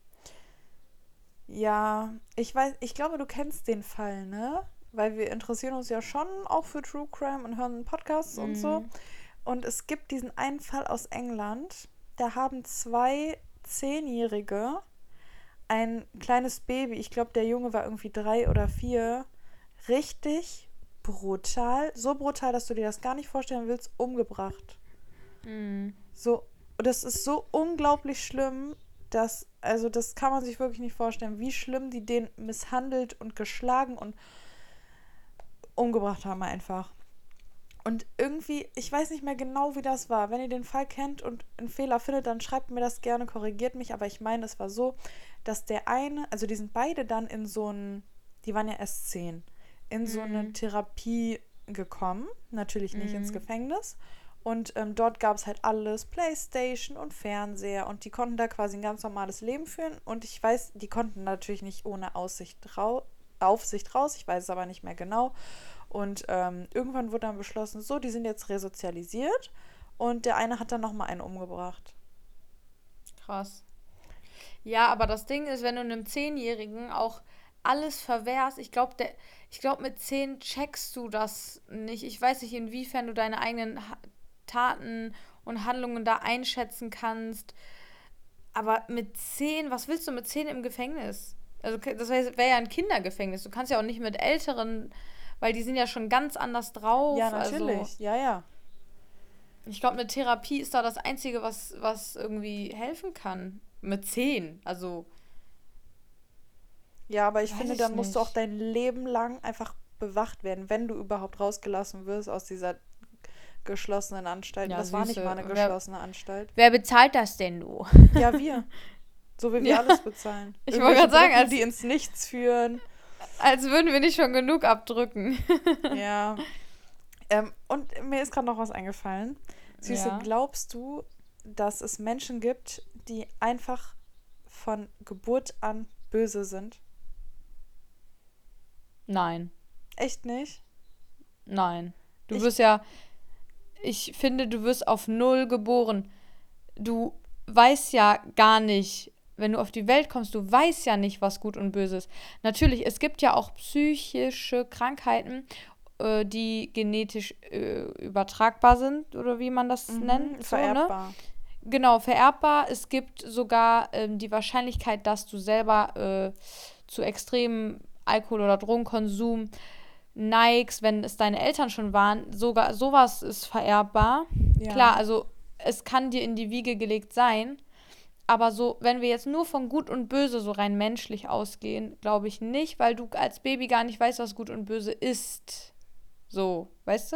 Ja, ich weiß, ich glaube, du kennst den Fall, ne? Weil wir interessieren uns ja schon auch für True Crime und hören Podcasts und so. Mhm. Und es gibt diesen einen Fall aus England, da haben zwei Zehnjährige ein kleines Baby, ich glaube, der Junge war irgendwie drei oder vier, richtig brutal, so brutal, dass du dir das gar nicht vorstellen willst, umgebracht. Mhm. So, das ist so unglaublich schlimm, dass, also das kann man sich wirklich nicht vorstellen, wie schlimm die den misshandelt und geschlagen und umgebracht haben einfach. Und irgendwie, ich weiß nicht mehr genau, wie das war. Wenn ihr den Fall kennt und einen Fehler findet, dann schreibt mir das gerne, korrigiert mich. Aber ich meine, es war so, dass der eine, also die sind beide dann in so ein, die waren ja erst zehn, in so eine Mhm. Therapie gekommen. Natürlich nicht ins Mhm. Gefängnis. Und ähm, dort gab es halt alles, Playstation und Fernseher. Und die konnten da quasi ein ganz normales Leben führen. Und ich weiß, die konnten natürlich nicht ohne Aussicht rau- Aufsicht raus. Ich weiß es aber nicht mehr genau. Und ähm, irgendwann wurde dann beschlossen, so, die sind jetzt resozialisiert. Und der eine hat dann nochmal einen umgebracht. Krass. Ja, aber das Ding ist, wenn du einem Zehnjährigen auch alles verwehrst, ich glaube, der, ich glaube, mit zehn checkst du das nicht. Ich weiß nicht, inwiefern du deine eigenen Ha- Taten und Handlungen da einschätzen kannst. Aber mit zehn, was willst du mit zehn im Gefängnis? Also das wäre wär ja ein Kindergefängnis. Du kannst ja auch nicht mit Älteren, weil die sind ja schon ganz anders drauf. Ja, natürlich. Also, ja, ja. ich glaube, eine Therapie ist da das Einzige, was, was irgendwie helfen kann. Mit zehn. Also. Ja, aber ich Weiß finde, ich dann musst du auch nicht. dein Leben lang einfach bewacht werden, wenn du überhaupt rausgelassen wirst aus dieser geschlossenen Anstalt. Ja, Das war nicht Süße. mal eine Wer, geschlossene Anstalt. wer bezahlt das denn, du? Ja, wir. So wie wir Ja, alles bezahlen. ich wollte Irgendwelche gerade sagen, Brücken, als, die ins Nichts führen. als würden wir nicht schon genug abdrücken. Ja. Ähm, und mir ist gerade noch was eingefallen. Süße, Ja. glaubst du, dass es Menschen gibt, die einfach von Geburt an böse sind? Nein. Echt nicht? Nein. Du Ich, wirst ja, ich finde, du wirst auf Null geboren. Du weißt ja gar nicht, wenn du auf die Welt kommst, du weißt ja nicht, was gut und böse ist. Natürlich, es gibt ja auch psychische Krankheiten, äh, die genetisch äh, übertragbar sind, oder wie man das mhm, nennt. So, ne? vererbbar. Genau, vererbbar. Es gibt sogar ähm, die Wahrscheinlichkeit, dass du selber äh, zu extremem Alkohol- oder Drogenkonsum neigst, wenn es deine Eltern schon waren. Sogar sowas ist vererbbar. Klar, Ja. also es kann dir in die Wiege gelegt sein, aber so, wenn wir jetzt nur von Gut und Böse so rein menschlich ausgehen, glaube ich nicht, weil du als Baby gar nicht weißt, was Gut und Böse ist. So, weißt du?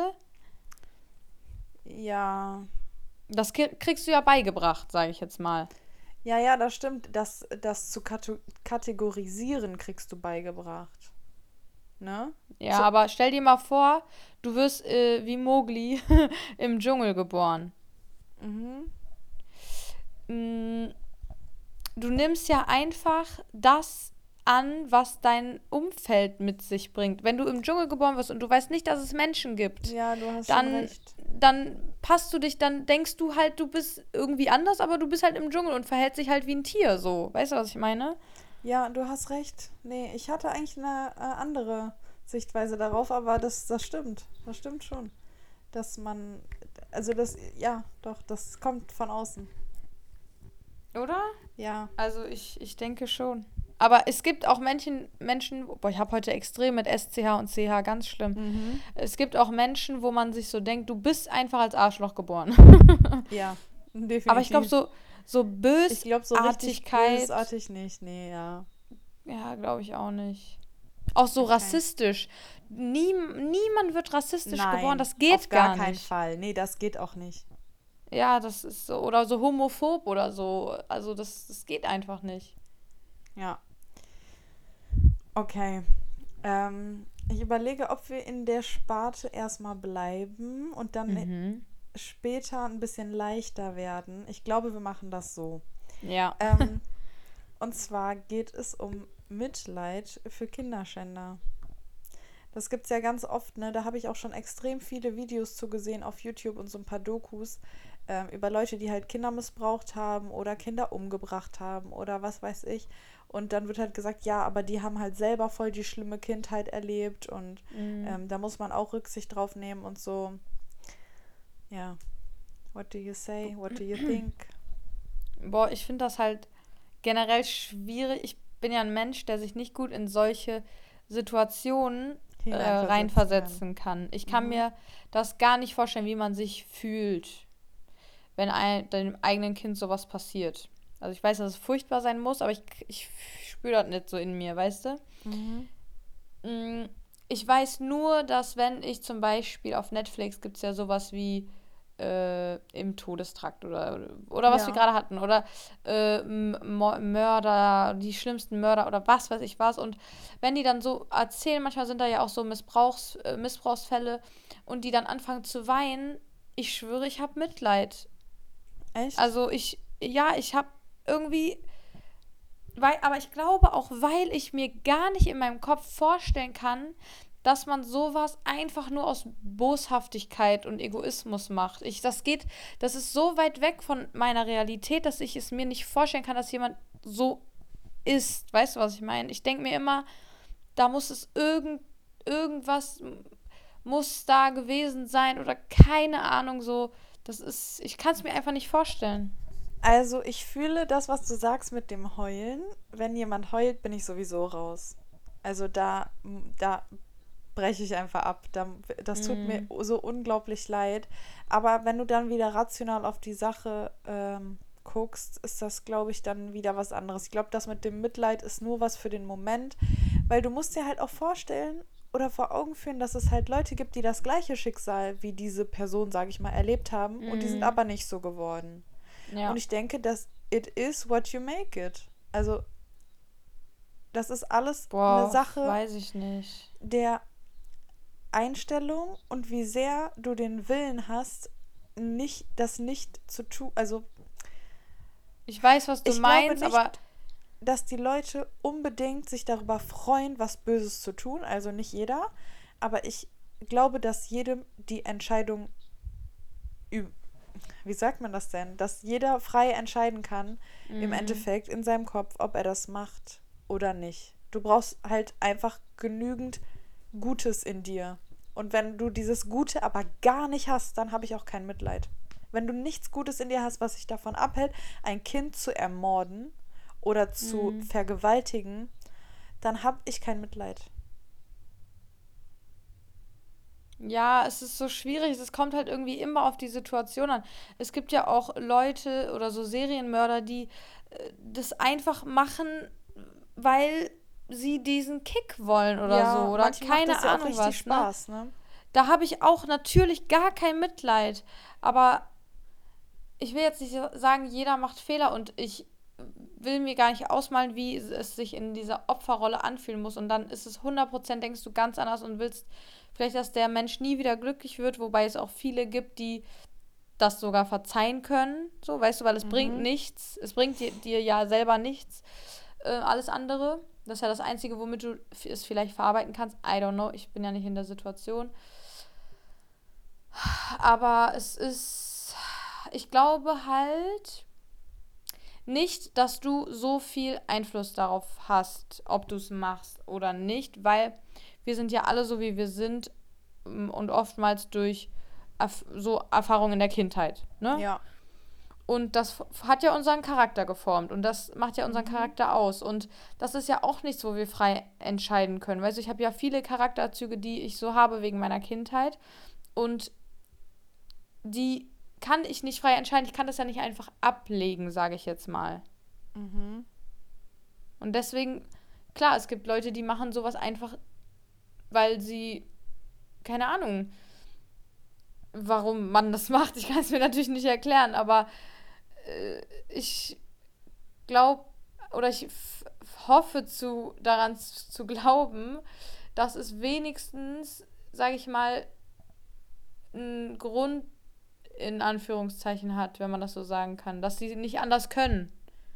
Ja. Das ki- kriegst du ja beigebracht, sage ich jetzt mal. Ja, ja, das stimmt. Das, das zu kate- kategorisieren kriegst du beigebracht. Ne? Ja, So, aber stell dir mal vor, du wirst äh, wie Mowgli im Dschungel geboren. mhm. Mm, Du nimmst ja einfach das an, was dein Umfeld mit sich bringt. Wenn du im Dschungel geboren wirst und du weißt nicht, dass es Menschen gibt, Ja, du hast schon dann, recht. dann passt du dich, dann denkst du halt, du bist irgendwie anders, aber du bist halt im Dschungel und verhältst dich halt wie ein Tier, so. Weißt du, was ich meine? Ja, du hast recht. Nee, ich hatte eigentlich eine äh, andere Sichtweise darauf, aber das, das stimmt. Das stimmt schon. Dass man, also das, ja, doch, das kommt von außen. Oder? Ja. Also ich, ich denke schon. Aber es gibt auch Menschen, Menschen, boah, ich habe heute extrem mit S C H und C H, ganz schlimm. Mhm. Es gibt auch Menschen, wo man sich so denkt, du bist einfach als Arschloch geboren. Ja, Aber ich glaube, definitiv. so, so Ich glaube, so richtig Bösartigkeit, bösartig nicht. Nee, ja. ja, glaube ich auch nicht. Auch so Okay. rassistisch. Nie, niemand wird rassistisch geboren, Nein, das geht auf gar gar keinen nicht. Fall. Nee, das geht auch nicht. Ja, das ist so, oder so homophob oder so. Also das, das geht einfach nicht. Ja. Okay. Ähm, ich überlege, ob wir in der Sparte erstmal bleiben und dann Mhm. später ein bisschen leichter werden. Ich glaube, wir machen das so. Ja. Ähm, und zwar geht es um Mitleid für Kinderschänder. Das gibt es ja ganz oft, ne? Da habe ich auch schon extrem viele Videos zu gesehen auf YouTube und so ein paar Dokus ähm, über Leute, die halt Kinder missbraucht haben oder Kinder umgebracht haben oder was weiß ich. Und dann wird halt gesagt, ja, aber die haben halt selber voll die schlimme Kindheit erlebt und Mhm. ähm, da muss man auch Rücksicht drauf nehmen und so. Ja. What do you say? What do you think? Boah, ich finde das halt generell schwierig. Ich bin ja ein Mensch, der sich nicht gut in solche Situationen äh, Hineinversetzen kann. reinversetzen kann. Ich kann Mhm. mir das gar nicht vorstellen, wie man sich fühlt, wenn ein, deinem eigenen Kind sowas passiert. Also ich weiß, dass es furchtbar sein muss, aber ich, ich spüre das nicht so in mir, weißt du? Mhm. Mm, Ich weiß nur, dass wenn ich zum Beispiel auf Netflix gibt es ja sowas wie äh, im Todestrakt oder, oder was wir Ja. gerade hatten oder äh, M- Mo- Mörder, die schlimmsten Mörder oder was weiß ich was. Und wenn die dann so erzählen, manchmal sind da ja auch so Missbrauchs, äh, Missbrauchsfälle und die dann anfangen zu weinen, ich schwöre, ich habe Mitleid. Echt? Also ich, ja, ich habe irgendwie, weil, aber ich glaube auch, weil ich mir gar nicht in meinem Kopf vorstellen kann, dass man sowas einfach nur aus Boshaftigkeit und Egoismus macht. Ich, das geht, das ist so weit weg von meiner Realität, dass ich es mir nicht vorstellen kann, dass jemand so ist. Weißt du, was ich meine? Ich denke mir immer, da muss es irgend, irgendwas muss da gewesen sein oder keine Ahnung so. Das ist, ich kann es mir einfach nicht vorstellen. Also ich fühle das, was du sagst mit dem Heulen. Wenn jemand heult, bin ich sowieso raus. Also da, da breche ich einfach ab. Da, das tut mir Mm. so unglaublich leid. Aber wenn du dann wieder rational auf die Sache ähm, guckst, ist das, glaube ich, dann wieder was anderes. Ich glaube, das mit dem Mitleid ist nur was für den Moment, weil du musst dir halt auch vorstellen oder vor Augen führen, dass es halt Leute gibt, die das gleiche Schicksal wie diese Person, sage ich mal, erlebt haben und die sind Mm. aber nicht so geworden. Und Ja. ich denke, dass it is what you make it. Also das ist alles eine Boah, Sache weiß ich nicht. der Einstellung und wie sehr du den Willen hast, nicht das nicht zu tun. Also Ich weiß, was du ich glaube meinst, nicht, aber dass die Leute unbedingt sich darüber freuen, was Böses zu tun. Also nicht jeder. Aber ich glaube, dass jedem die Entscheidung, üb- wie sagt man das denn? Dass jeder frei entscheiden kann, im mm, Endeffekt in seinem Kopf, ob er das macht oder nicht. Du brauchst halt einfach genügend Gutes in dir. Und wenn du dieses Gute aber gar nicht hast, dann habe ich auch kein Mitleid. Wenn du nichts Gutes in dir hast, was dich davon abhält, ein Kind zu ermorden oder zu mm. vergewaltigen, dann habe ich kein Mitleid. Ja, es ist so schwierig. Es kommt halt irgendwie immer auf die Situation an. Es gibt ja auch Leute oder so Serienmörder, die äh, das einfach machen, weil sie diesen Kick wollen oder so. Ja, Oder manchmal macht keine das ja auch Ahnung richtig was, ne? Spaß, ne? Da habe ich auch natürlich gar kein Mitleid. Aber ich will jetzt nicht sagen, jeder macht Fehler und ich will mir gar nicht ausmalen, wie es sich in dieser Opferrolle anfühlen muss. Und dann ist es hundert Prozent, denkst du ganz anders und willst vielleicht, dass der Mensch nie wieder glücklich wird, wobei es auch viele gibt, die das sogar verzeihen können. So, weißt du, weil es bringt Mhm. nichts. Es bringt dir, dir ja selber nichts. Äh, alles andere. Das ist ja das Einzige, womit du es vielleicht verarbeiten kannst. I don't know. Ich bin ja nicht in der Situation. Aber es ist. Ich glaube halt nicht, dass du so viel Einfluss darauf hast, ob du es machst oder nicht, weil wir sind ja alle so, wie wir sind mm, und oftmals durch erf- so Erfahrungen in der Kindheit, ne? Ja. Und das f- hat ja unseren Charakter geformt und das macht ja unseren Mhm. Charakter aus. Und das ist ja auch nichts, wo wir frei entscheiden können. Weißt du, ich habe ja viele Charakterzüge, die ich so habe wegen meiner Kindheit und die kann ich nicht frei entscheiden. Ich kann das ja nicht einfach ablegen, sage ich jetzt mal. Mhm. Und deswegen, klar, es gibt Leute, die machen sowas einfach, weil sie, keine Ahnung, warum man das macht. Ich kann es mir natürlich nicht erklären, aber äh, ich glaube oder ich f- hoffe zu, daran z- zu glauben, dass es wenigstens, sage ich mal, einen Grund in Anführungszeichen hat, wenn man das so sagen kann, dass sie nicht anders können.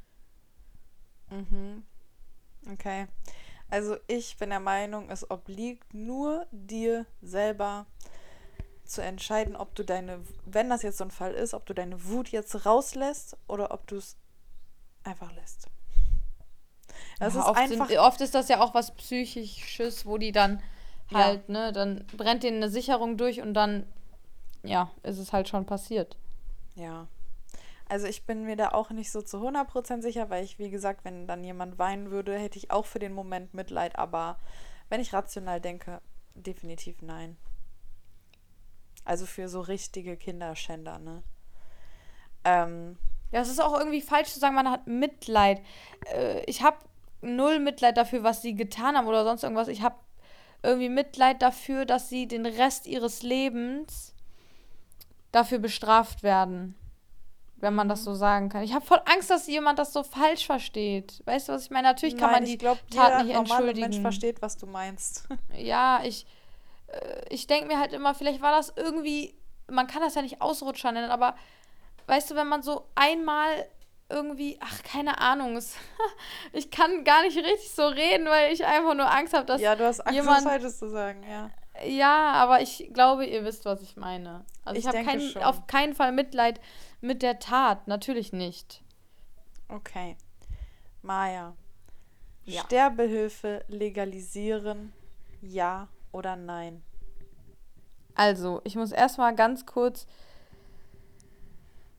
Mhm. Okay. Also ich bin der Meinung, es obliegt nur dir selber zu entscheiden, ob du deine, wenn das jetzt so ein Fall ist, ob du deine Wut jetzt rauslässt oder ob du es einfach lässt. Das Ja, ist oft sind, einfach, oft ist das ja auch was Psychisches, wo die dann ja, halt, ne, dann brennt denen eine Sicherung durch und dann, ja, ist es halt schon passiert. ja. Also ich bin mir da auch nicht so zu hundert Prozent sicher, weil ich, wie gesagt, wenn dann jemand weinen würde, hätte ich auch für den Moment Mitleid. Aber wenn ich rational denke, definitiv nein. Also für so richtige Kinderschänder, ne? Ähm, Ja, es ist auch irgendwie falsch zu sagen, man hat Mitleid. Äh, ich habe null Mitleid dafür, was sie getan haben oder sonst irgendwas. Ich habe irgendwie Mitleid dafür, dass sie den Rest ihres Lebens dafür bestraft werden, wenn man das mhm. so sagen kann. Ich habe voll Angst, dass jemand das so falsch versteht. Weißt du, was ich meine? Natürlich kann Nein, man ich die glaube, Tat jeder nicht normale Mensch entschuldigen. versteht, was du meinst. Ja, ich, äh, ich denke mir halt immer, vielleicht war das irgendwie, man kann das ja nicht Ausrutscher nennen, aber weißt du, wenn man so einmal irgendwie, ach, keine Ahnung, es, ich kann gar nicht richtig so reden, weil ich einfach nur Angst habe, dass Ja, du hast Angst, was jemand, Falsches zu sagen, ja. ja, aber ich glaube, ihr wisst, was ich meine. Also ich Ich habe denke kein, schon. auf keinen Fall Mitleid mit der Tat, natürlich nicht. Okay. Maja, Ja. Sterbehilfe legalisieren, ja oder nein? Also, ich muss erstmal ganz kurz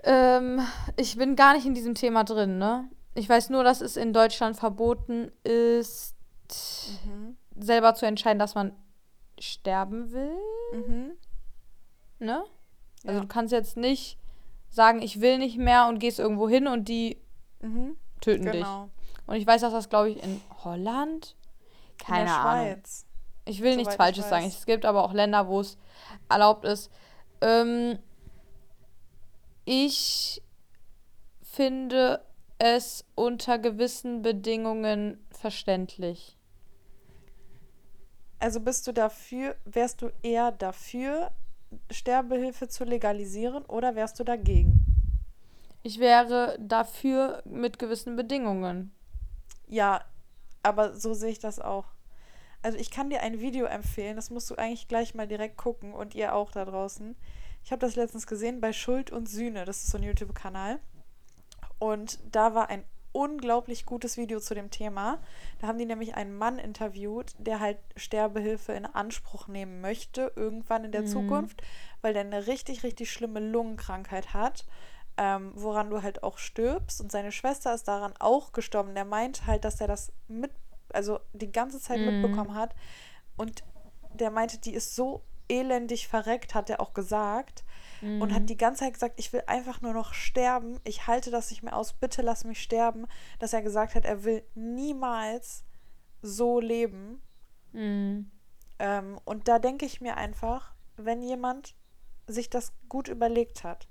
Ähm, ich bin gar nicht in diesem Thema drin, ne? Ich weiß nur, dass es in Deutschland verboten ist, Mhm. selber zu entscheiden, dass man sterben will, Mhm. ne? Also Ja. du kannst jetzt nicht sagen, ich will nicht mehr und gehst irgendwo hin und die Mhm. töten Genau. dich. Und ich weiß, dass das, glaube ich, in Holland, In der keine Ahnung. Schweiz. Ich will nichts Soweit ich Falsches sagen. weiß. Es gibt aber auch Länder, wo es erlaubt ist. Ähm, ich finde es unter gewissen Bedingungen verständlich. Also bist du dafür, wärst du eher dafür, Sterbehilfe zu legalisieren oder wärst du dagegen? Ich wäre dafür mit gewissen Bedingungen. Ja, aber so sehe ich das auch. Also ich kann dir ein Video empfehlen, das musst du eigentlich gleich mal direkt gucken und ihr auch da draußen. Ich habe das letztens gesehen bei Schuld und Sühne, das ist so ein YouTube-Kanal. Und da war ein unglaublich gutes Video zu dem Thema. Da haben die nämlich einen Mann interviewt, der halt Sterbehilfe in Anspruch nehmen möchte, irgendwann in der Mhm. Zukunft, weil der eine richtig, richtig schlimme Lungenkrankheit hat, ähm, woran du halt auch stirbst. Und seine Schwester ist daran auch gestorben. Der meint halt, dass er das mit, also die ganze Zeit Mhm. mitbekommen hat. Und der meinte, die ist so elendig verreckt, hat er auch gesagt. Mhm. Und hat die ganze Zeit gesagt, ich will einfach nur noch sterben. Ich halte das nicht mehr aus. Bitte lass mich sterben. Dass er gesagt hat, er will niemals so leben. Mhm. Ähm, und da denke ich mir einfach, wenn jemand sich das gut überlegt hat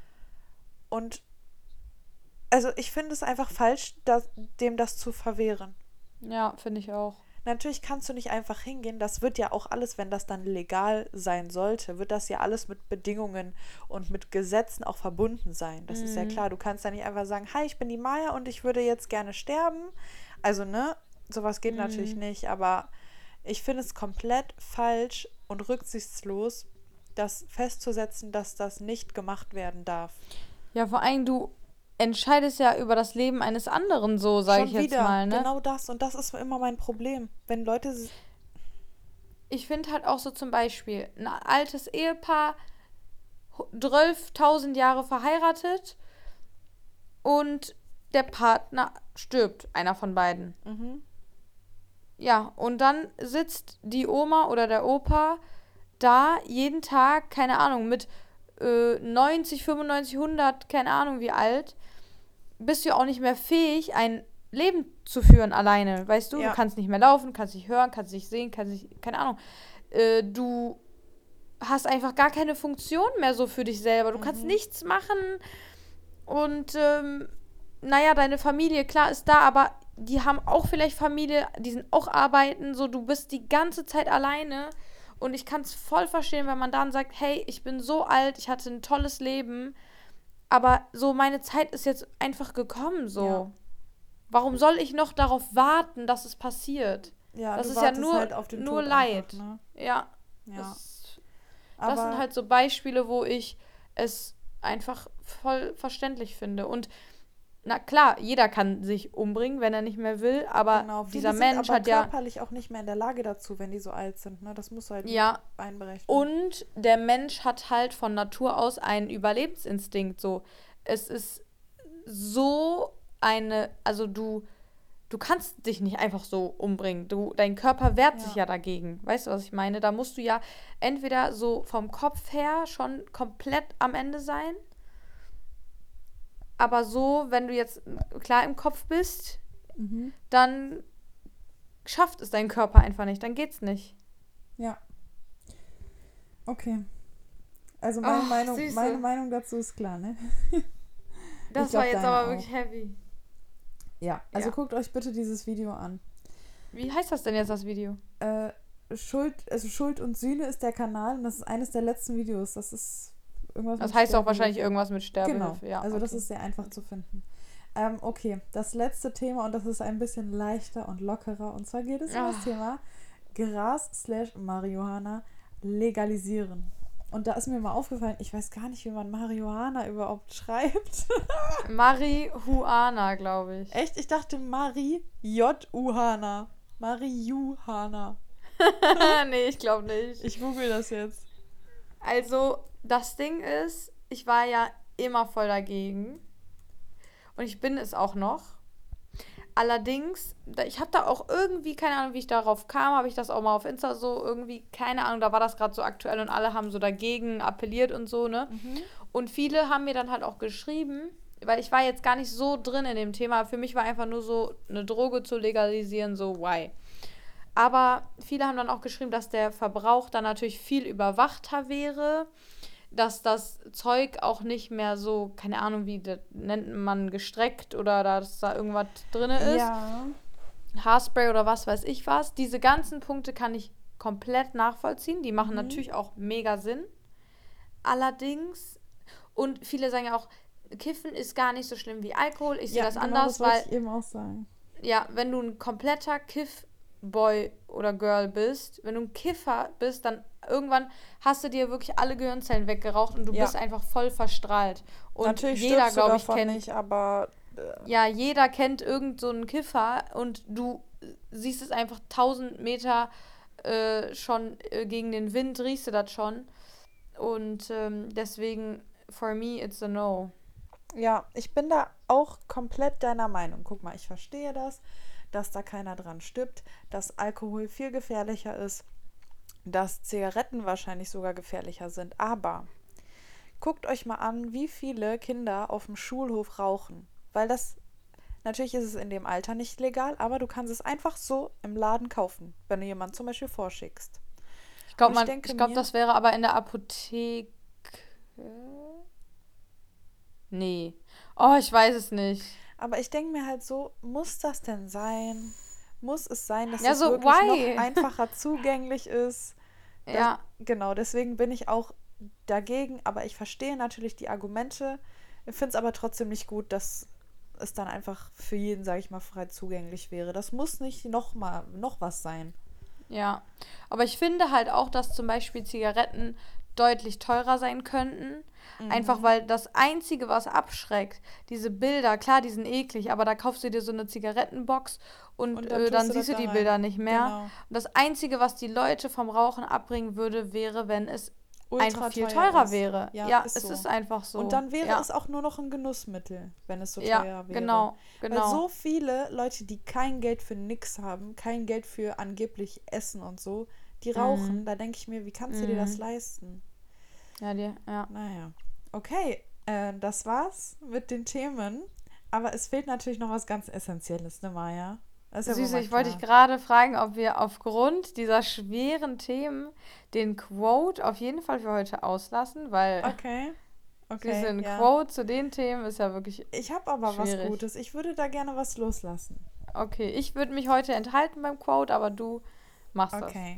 und also ich finde es einfach falsch, das, dem das zu verwehren. Ja, finde ich auch. Natürlich kannst du nicht einfach hingehen, das wird ja auch alles, wenn das dann legal sein sollte, wird das ja alles mit Bedingungen und mit Gesetzen auch verbunden sein. Das ist ja Mhm. klar, du kannst ja nicht einfach sagen, hi, ich bin die Maya und ich würde jetzt gerne sterben. Also, ne, sowas geht Mhm. natürlich nicht, aber ich finde es komplett falsch und rücksichtslos, das festzusetzen, dass das nicht gemacht werden darf. Ja, vor allem, du entscheidest ja über das Leben eines anderen, so sage ich Schon jetzt wieder, mal, ne? genau das. Und das ist immer mein Problem. Wenn Leute, s- Ich finde halt auch so zum Beispiel ein altes Ehepaar, zwölftausend Jahre verheiratet und der Partner stirbt, einer von beiden. mhm, Ja, und dann sitzt die Oma oder der Opa da jeden Tag, keine Ahnung, mit äh, neunzig, fünfundneunzig, hundert, keine Ahnung wie alt, bist du ja auch nicht mehr fähig, ein Leben zu führen alleine. Weißt du, Ja. du kannst nicht mehr laufen, kannst nicht hören, kannst nicht sehen, kannst nicht, keine Ahnung. Äh, du hast einfach gar keine Funktion mehr so für dich selber. Du kannst Mhm. nichts machen. Und ähm, naja, deine Familie, klar, ist da, aber die haben auch vielleicht Familie, die sind auch arbeiten, so du bist die ganze Zeit alleine. Und ich kann es voll verstehen, wenn man dann sagt, hey, ich bin so alt, ich hatte ein tolles Leben, aber so meine Zeit ist jetzt einfach gekommen, so. Ja. Warum soll ich noch darauf warten, dass es passiert? ja, Das du ist ja wartest nur, halt auf den nur Tod Leid. einfach, ne? Ja, Ja. das, Aber das sind halt so Beispiele, wo ich es einfach voll verständlich finde. Und na klar, jeder kann sich umbringen, wenn er nicht mehr will, aber genau, viele dieser sind Mensch aber hat ja. körperlich auch nicht mehr in der Lage dazu, wenn die so alt sind, ne? Das musst du halt Ja. mit einberechnen. Und der Mensch hat halt von Natur aus einen Überlebensinstinkt. So, es ist so eine, also du, du kannst dich nicht einfach so umbringen. Du, dein Körper wehrt Ja. sich ja dagegen. Weißt du, was ich meine? Da musst du ja entweder so vom Kopf her schon komplett am Ende sein. Aber so, wenn du jetzt klar im Kopf bist, Mhm. dann schafft es dein Körper einfach nicht. Dann geht's nicht. Ja. Okay. Also meine, Ach, Meinung, Süße. meine Meinung dazu ist klar, ne? Das Ich glaub, war jetzt deine aber auch. wirklich heavy. Ja, also Ja. guckt euch bitte dieses Video an. Wie heißt das denn jetzt, das Video? Äh, Schuld, also Schuld und Sühne ist der Kanal und das ist eines der letzten Videos. Das ist irgendwas Das mit heißt auch Sterbehilfe. wahrscheinlich irgendwas mit Genau, Sterbehilfe. Ja, also das okay. ist sehr einfach zu finden. Ähm, okay, das letzte Thema und das ist ein bisschen leichter und lockerer und zwar geht es um Ah. das Thema Gras slash Marihuana legalisieren. Und da ist mir mal aufgefallen, ich weiß gar nicht, wie man Marihuana überhaupt schreibt. Marihuana, glaube ich. Echt? Ich dachte Mari-J-Uhana. Marihuana. Nee, ich glaube nicht. Ich google das jetzt. Also, das Ding ist, ich war ja immer voll dagegen. Und ich bin es auch noch. Allerdings, ich habe da auch irgendwie, keine Ahnung, wie ich darauf kam, habe ich das auch mal auf Insta so irgendwie, keine Ahnung, da war das gerade so aktuell und alle haben so dagegen appelliert und so, ne? Mhm. Und viele haben mir dann halt auch geschrieben, weil ich war jetzt gar nicht so drin in dem Thema, für mich war einfach nur so, eine Droge zu legalisieren, so why? Aber viele haben dann auch geschrieben, dass der Verbrauch dann natürlich viel überwachter wäre, dass das Zeug auch nicht mehr so, keine Ahnung, wie das nennt man, gestreckt oder dass da irgendwas drin ist. Ja. Haarspray oder was weiß ich was. Diese ganzen Punkte kann ich komplett nachvollziehen. Die machen Mhm. natürlich auch mega Sinn. Allerdings, und viele sagen ja auch, Kiffen ist gar nicht so schlimm wie Alkohol. Ich sehe Ja, das genau, anders, das wollte weil, ich eben auch sagen. ja, wenn du ein kompletter Kiff-Boy oder Girl bist, wenn du ein Kiffer bist, dann irgendwann hast du dir wirklich alle Gehirnzellen weggeraucht und du Ja. bist einfach voll verstrahlt. Und Natürlich jeder, stirbst du glaube ich, davon kennt, nicht, aber äh, ja, jeder kennt irgend so einen Kiffer und du siehst es einfach tausend Meter äh, schon äh, gegen den Wind, riechst du das schon. Und ähm, deswegen, for me, it's a no. ja, ich bin da auch komplett deiner Meinung. Guck mal, ich verstehe das, dass da keiner dran stirbt, dass Alkohol viel gefährlicher ist, dass Zigaretten wahrscheinlich sogar gefährlicher sind. Aber guckt euch mal an, wie viele Kinder auf dem Schulhof rauchen. Weil das, natürlich ist es in dem Alter nicht legal, aber du kannst es einfach so im Laden kaufen, wenn du jemanden zum Beispiel vorschickst. Ich glaube, Und ich ich, denke ich glaub, mir- das wäre aber in der Apotheke. Nee. Oh, ich weiß es nicht. Aber ich denke mir halt so, muss das denn sein? Muss es sein, dass Ja, es so, wirklich why? noch einfacher zugänglich ist? Das, Ja. Genau, deswegen bin ich auch dagegen, aber ich verstehe natürlich die Argumente. Ich finde es aber trotzdem nicht gut, dass es dann einfach für jeden, sage ich mal, frei zugänglich wäre. Das muss nicht noch mal noch was sein. Ja, aber ich finde halt auch, dass zum Beispiel Zigaretten deutlich teurer sein könnten. Mhm. Einfach weil das Einzige, was abschreckt, diese Bilder, klar, die sind eklig, aber da kaufst du dir so eine Zigarettenbox und, Und und dann dann, tust äh, dann du siehst das du die da Bilder rein. nicht mehr. Genau. Und das Einzige, was die Leute vom Rauchen abbringen würde, wäre, wenn es Ultra einfach viel teuer teurer ist. wäre. Ja, Ja, ist es so. ist einfach so. Und dann wäre ja. es auch nur noch ein Genussmittel, wenn es so ja, teuer wäre. genau, genau. Weil so viele Leute, die kein Geld für nix haben, kein Geld für angeblich Essen und so, die rauchen, Mhm. da denke ich mir, wie kannst du dir das leisten? Ja, die, ja. Naja. Okay, äh, das war's mit den Themen. Aber es fehlt natürlich noch was ganz Essentielles, ne, Maja? Das ist ja wohl Süße, mal ich wollte dich klar. gerade fragen, ob wir aufgrund dieser schweren Themen den Quote auf jeden Fall für heute auslassen, weil Okay. Okay. Süße, ein ja. Quote zu den Themen ist ja wirklich Ich habe aber was schwierig. Gutes. Ich würde da gerne was loslassen. Okay, ich würde mich heute enthalten beim Quote, aber du machst Okay.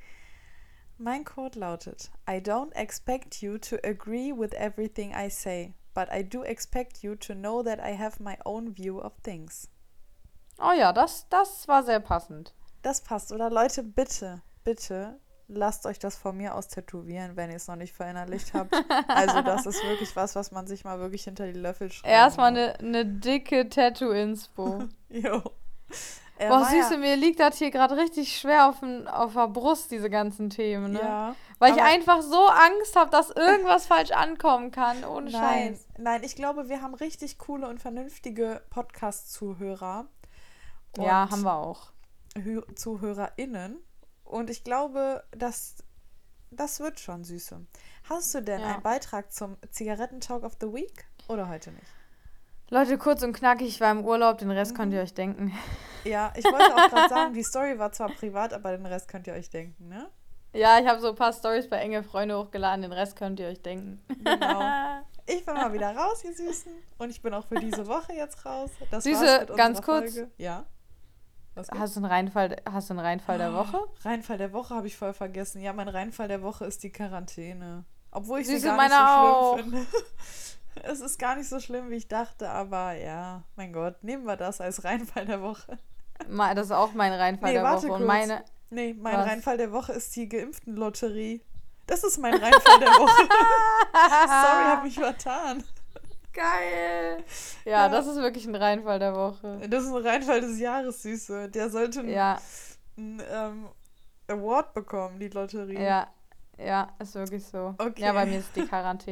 Mein Quote lautet: I don't expect you to agree with everything I say, but I do expect you to know that I have my own view of things. das. Oh ja, das, das war sehr passend. Das passt, oder? Leute, bitte, bitte, lasst euch das von mir aus tätowieren, wenn ihr es noch nicht verinnerlicht habt. Also das ist wirklich was, was man sich mal wirklich hinter die Löffel schreibt. Erstmal eine, eine dicke Tattoo-Inspo. Jo. Äh, Boah, Maja, Süße, mir liegt das hier gerade richtig schwer auf, den, auf der Brust, diese ganzen Themen, ne? Ja. Weil ich aber- einfach so Angst habe, dass irgendwas falsch ankommen kann, ohne Nein, Scheiß. nein, ich glaube, wir haben richtig coole und vernünftige Podcast-Zuhörer. Ja, Und haben wir auch. Hö- ZuhörerInnen. Und ich glaube, das, das wird schon, Süße. Hast du denn Ja. einen Beitrag zum Zigarettentalk of the Week oder heute nicht? Leute, kurz und knackig, ich war im Urlaub, den Rest Mhm. könnt ihr euch denken. Ja, ich wollte auch gerade sagen, die Story war zwar privat, aber den Rest könnt ihr euch denken, ne? Ja, ich habe so ein paar Stories bei enge Freunde hochgeladen, den Rest könnt ihr euch denken. Genau. Ich bin mal wieder raus, ihr Süßen. Und ich bin auch für diese Woche jetzt raus. Das Süße, war's mit ganz unserer kurz. Folge. Ja. Was gibt's? Hast du einen Reinfall, hast du einen Reinfall der Woche? Reinfall der Woche habe ich voll vergessen. Ja, mein Reinfall der Woche ist die Quarantäne. Obwohl ich Süße, sie gar nicht meine so auch. schlimm finde. Es ist gar nicht so schlimm, wie ich dachte, aber ja, mein Gott, nehmen wir das als Reinfall der Woche. Ma- Das ist auch mein Reinfall Nee, der warte Woche. Und kurz. meine. Nee, mein Was? Reinfall der Woche ist die Geimpften-Lotterie. Das ist mein Reinfall der Woche. Sorry, hab mich vertan. Geil! Ja, Ja. das ist wirklich ein Reinfall der Woche. Das ist ein Reinfall des Jahres, Süße. Der sollte einen Ja, ähm, Award bekommen, die Lotterie. ja, ja, ist wirklich so. Okay. Ja, bei mir ist die Quarantäne.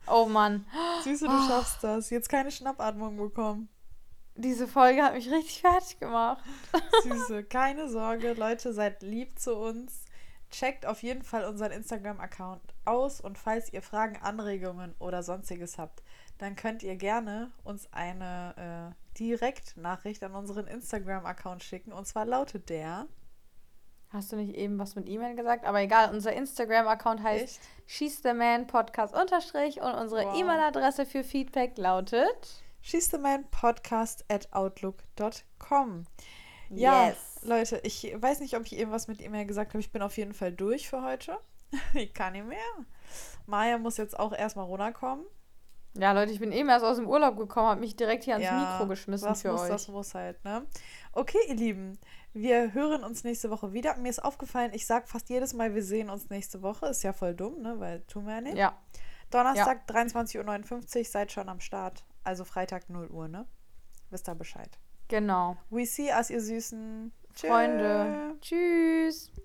Oh Mann. Süße, du schaffst das. Jetzt keine Schnappatmung bekommen. Diese Folge hat mich richtig fertig gemacht. Süße, keine Sorge, Leute, seid lieb zu uns. Checkt auf jeden Fall unseren Instagram-Account aus und falls ihr Fragen, Anregungen oder sonstiges habt, dann könnt ihr gerne uns eine äh, Direktnachricht an unseren Instagram-Account schicken und zwar lautet der... Hast du nicht eben was mit E-Mail gesagt? Aber egal, unser Instagram-Account heißt Echt? She's the Man Podcast unterstrich und unsere Wow. E-Mail-Adresse für Feedback lautet she's the man podcast at outlook dot com. Ja, Yes. Leute, ich weiß nicht, ob ich eben was mit E-Mail gesagt habe. Ich bin auf jeden Fall durch für heute. Ich kann nicht mehr. Maya muss jetzt auch erstmal runterkommen. Ja, Leute, ich bin eben erst aus dem Urlaub gekommen, habe mich direkt hier ans Ja, Mikro geschmissen was für muss, euch. das muss halt, ne? Okay, ihr Lieben, wir hören uns nächste Woche wieder. Mir ist aufgefallen, ich sage fast jedes Mal, wir sehen uns nächste Woche. Ist ja voll dumm, ne? Weil tun wir ja nicht. Ja. Donnerstag, ja. dreiundzwanzig Uhr neunundfünfzig, seid schon am Start. Also Freitag null Uhr, ne? Wisst ihr Bescheid. Genau. We see us, ihr Süßen. Freunde. Tschüss.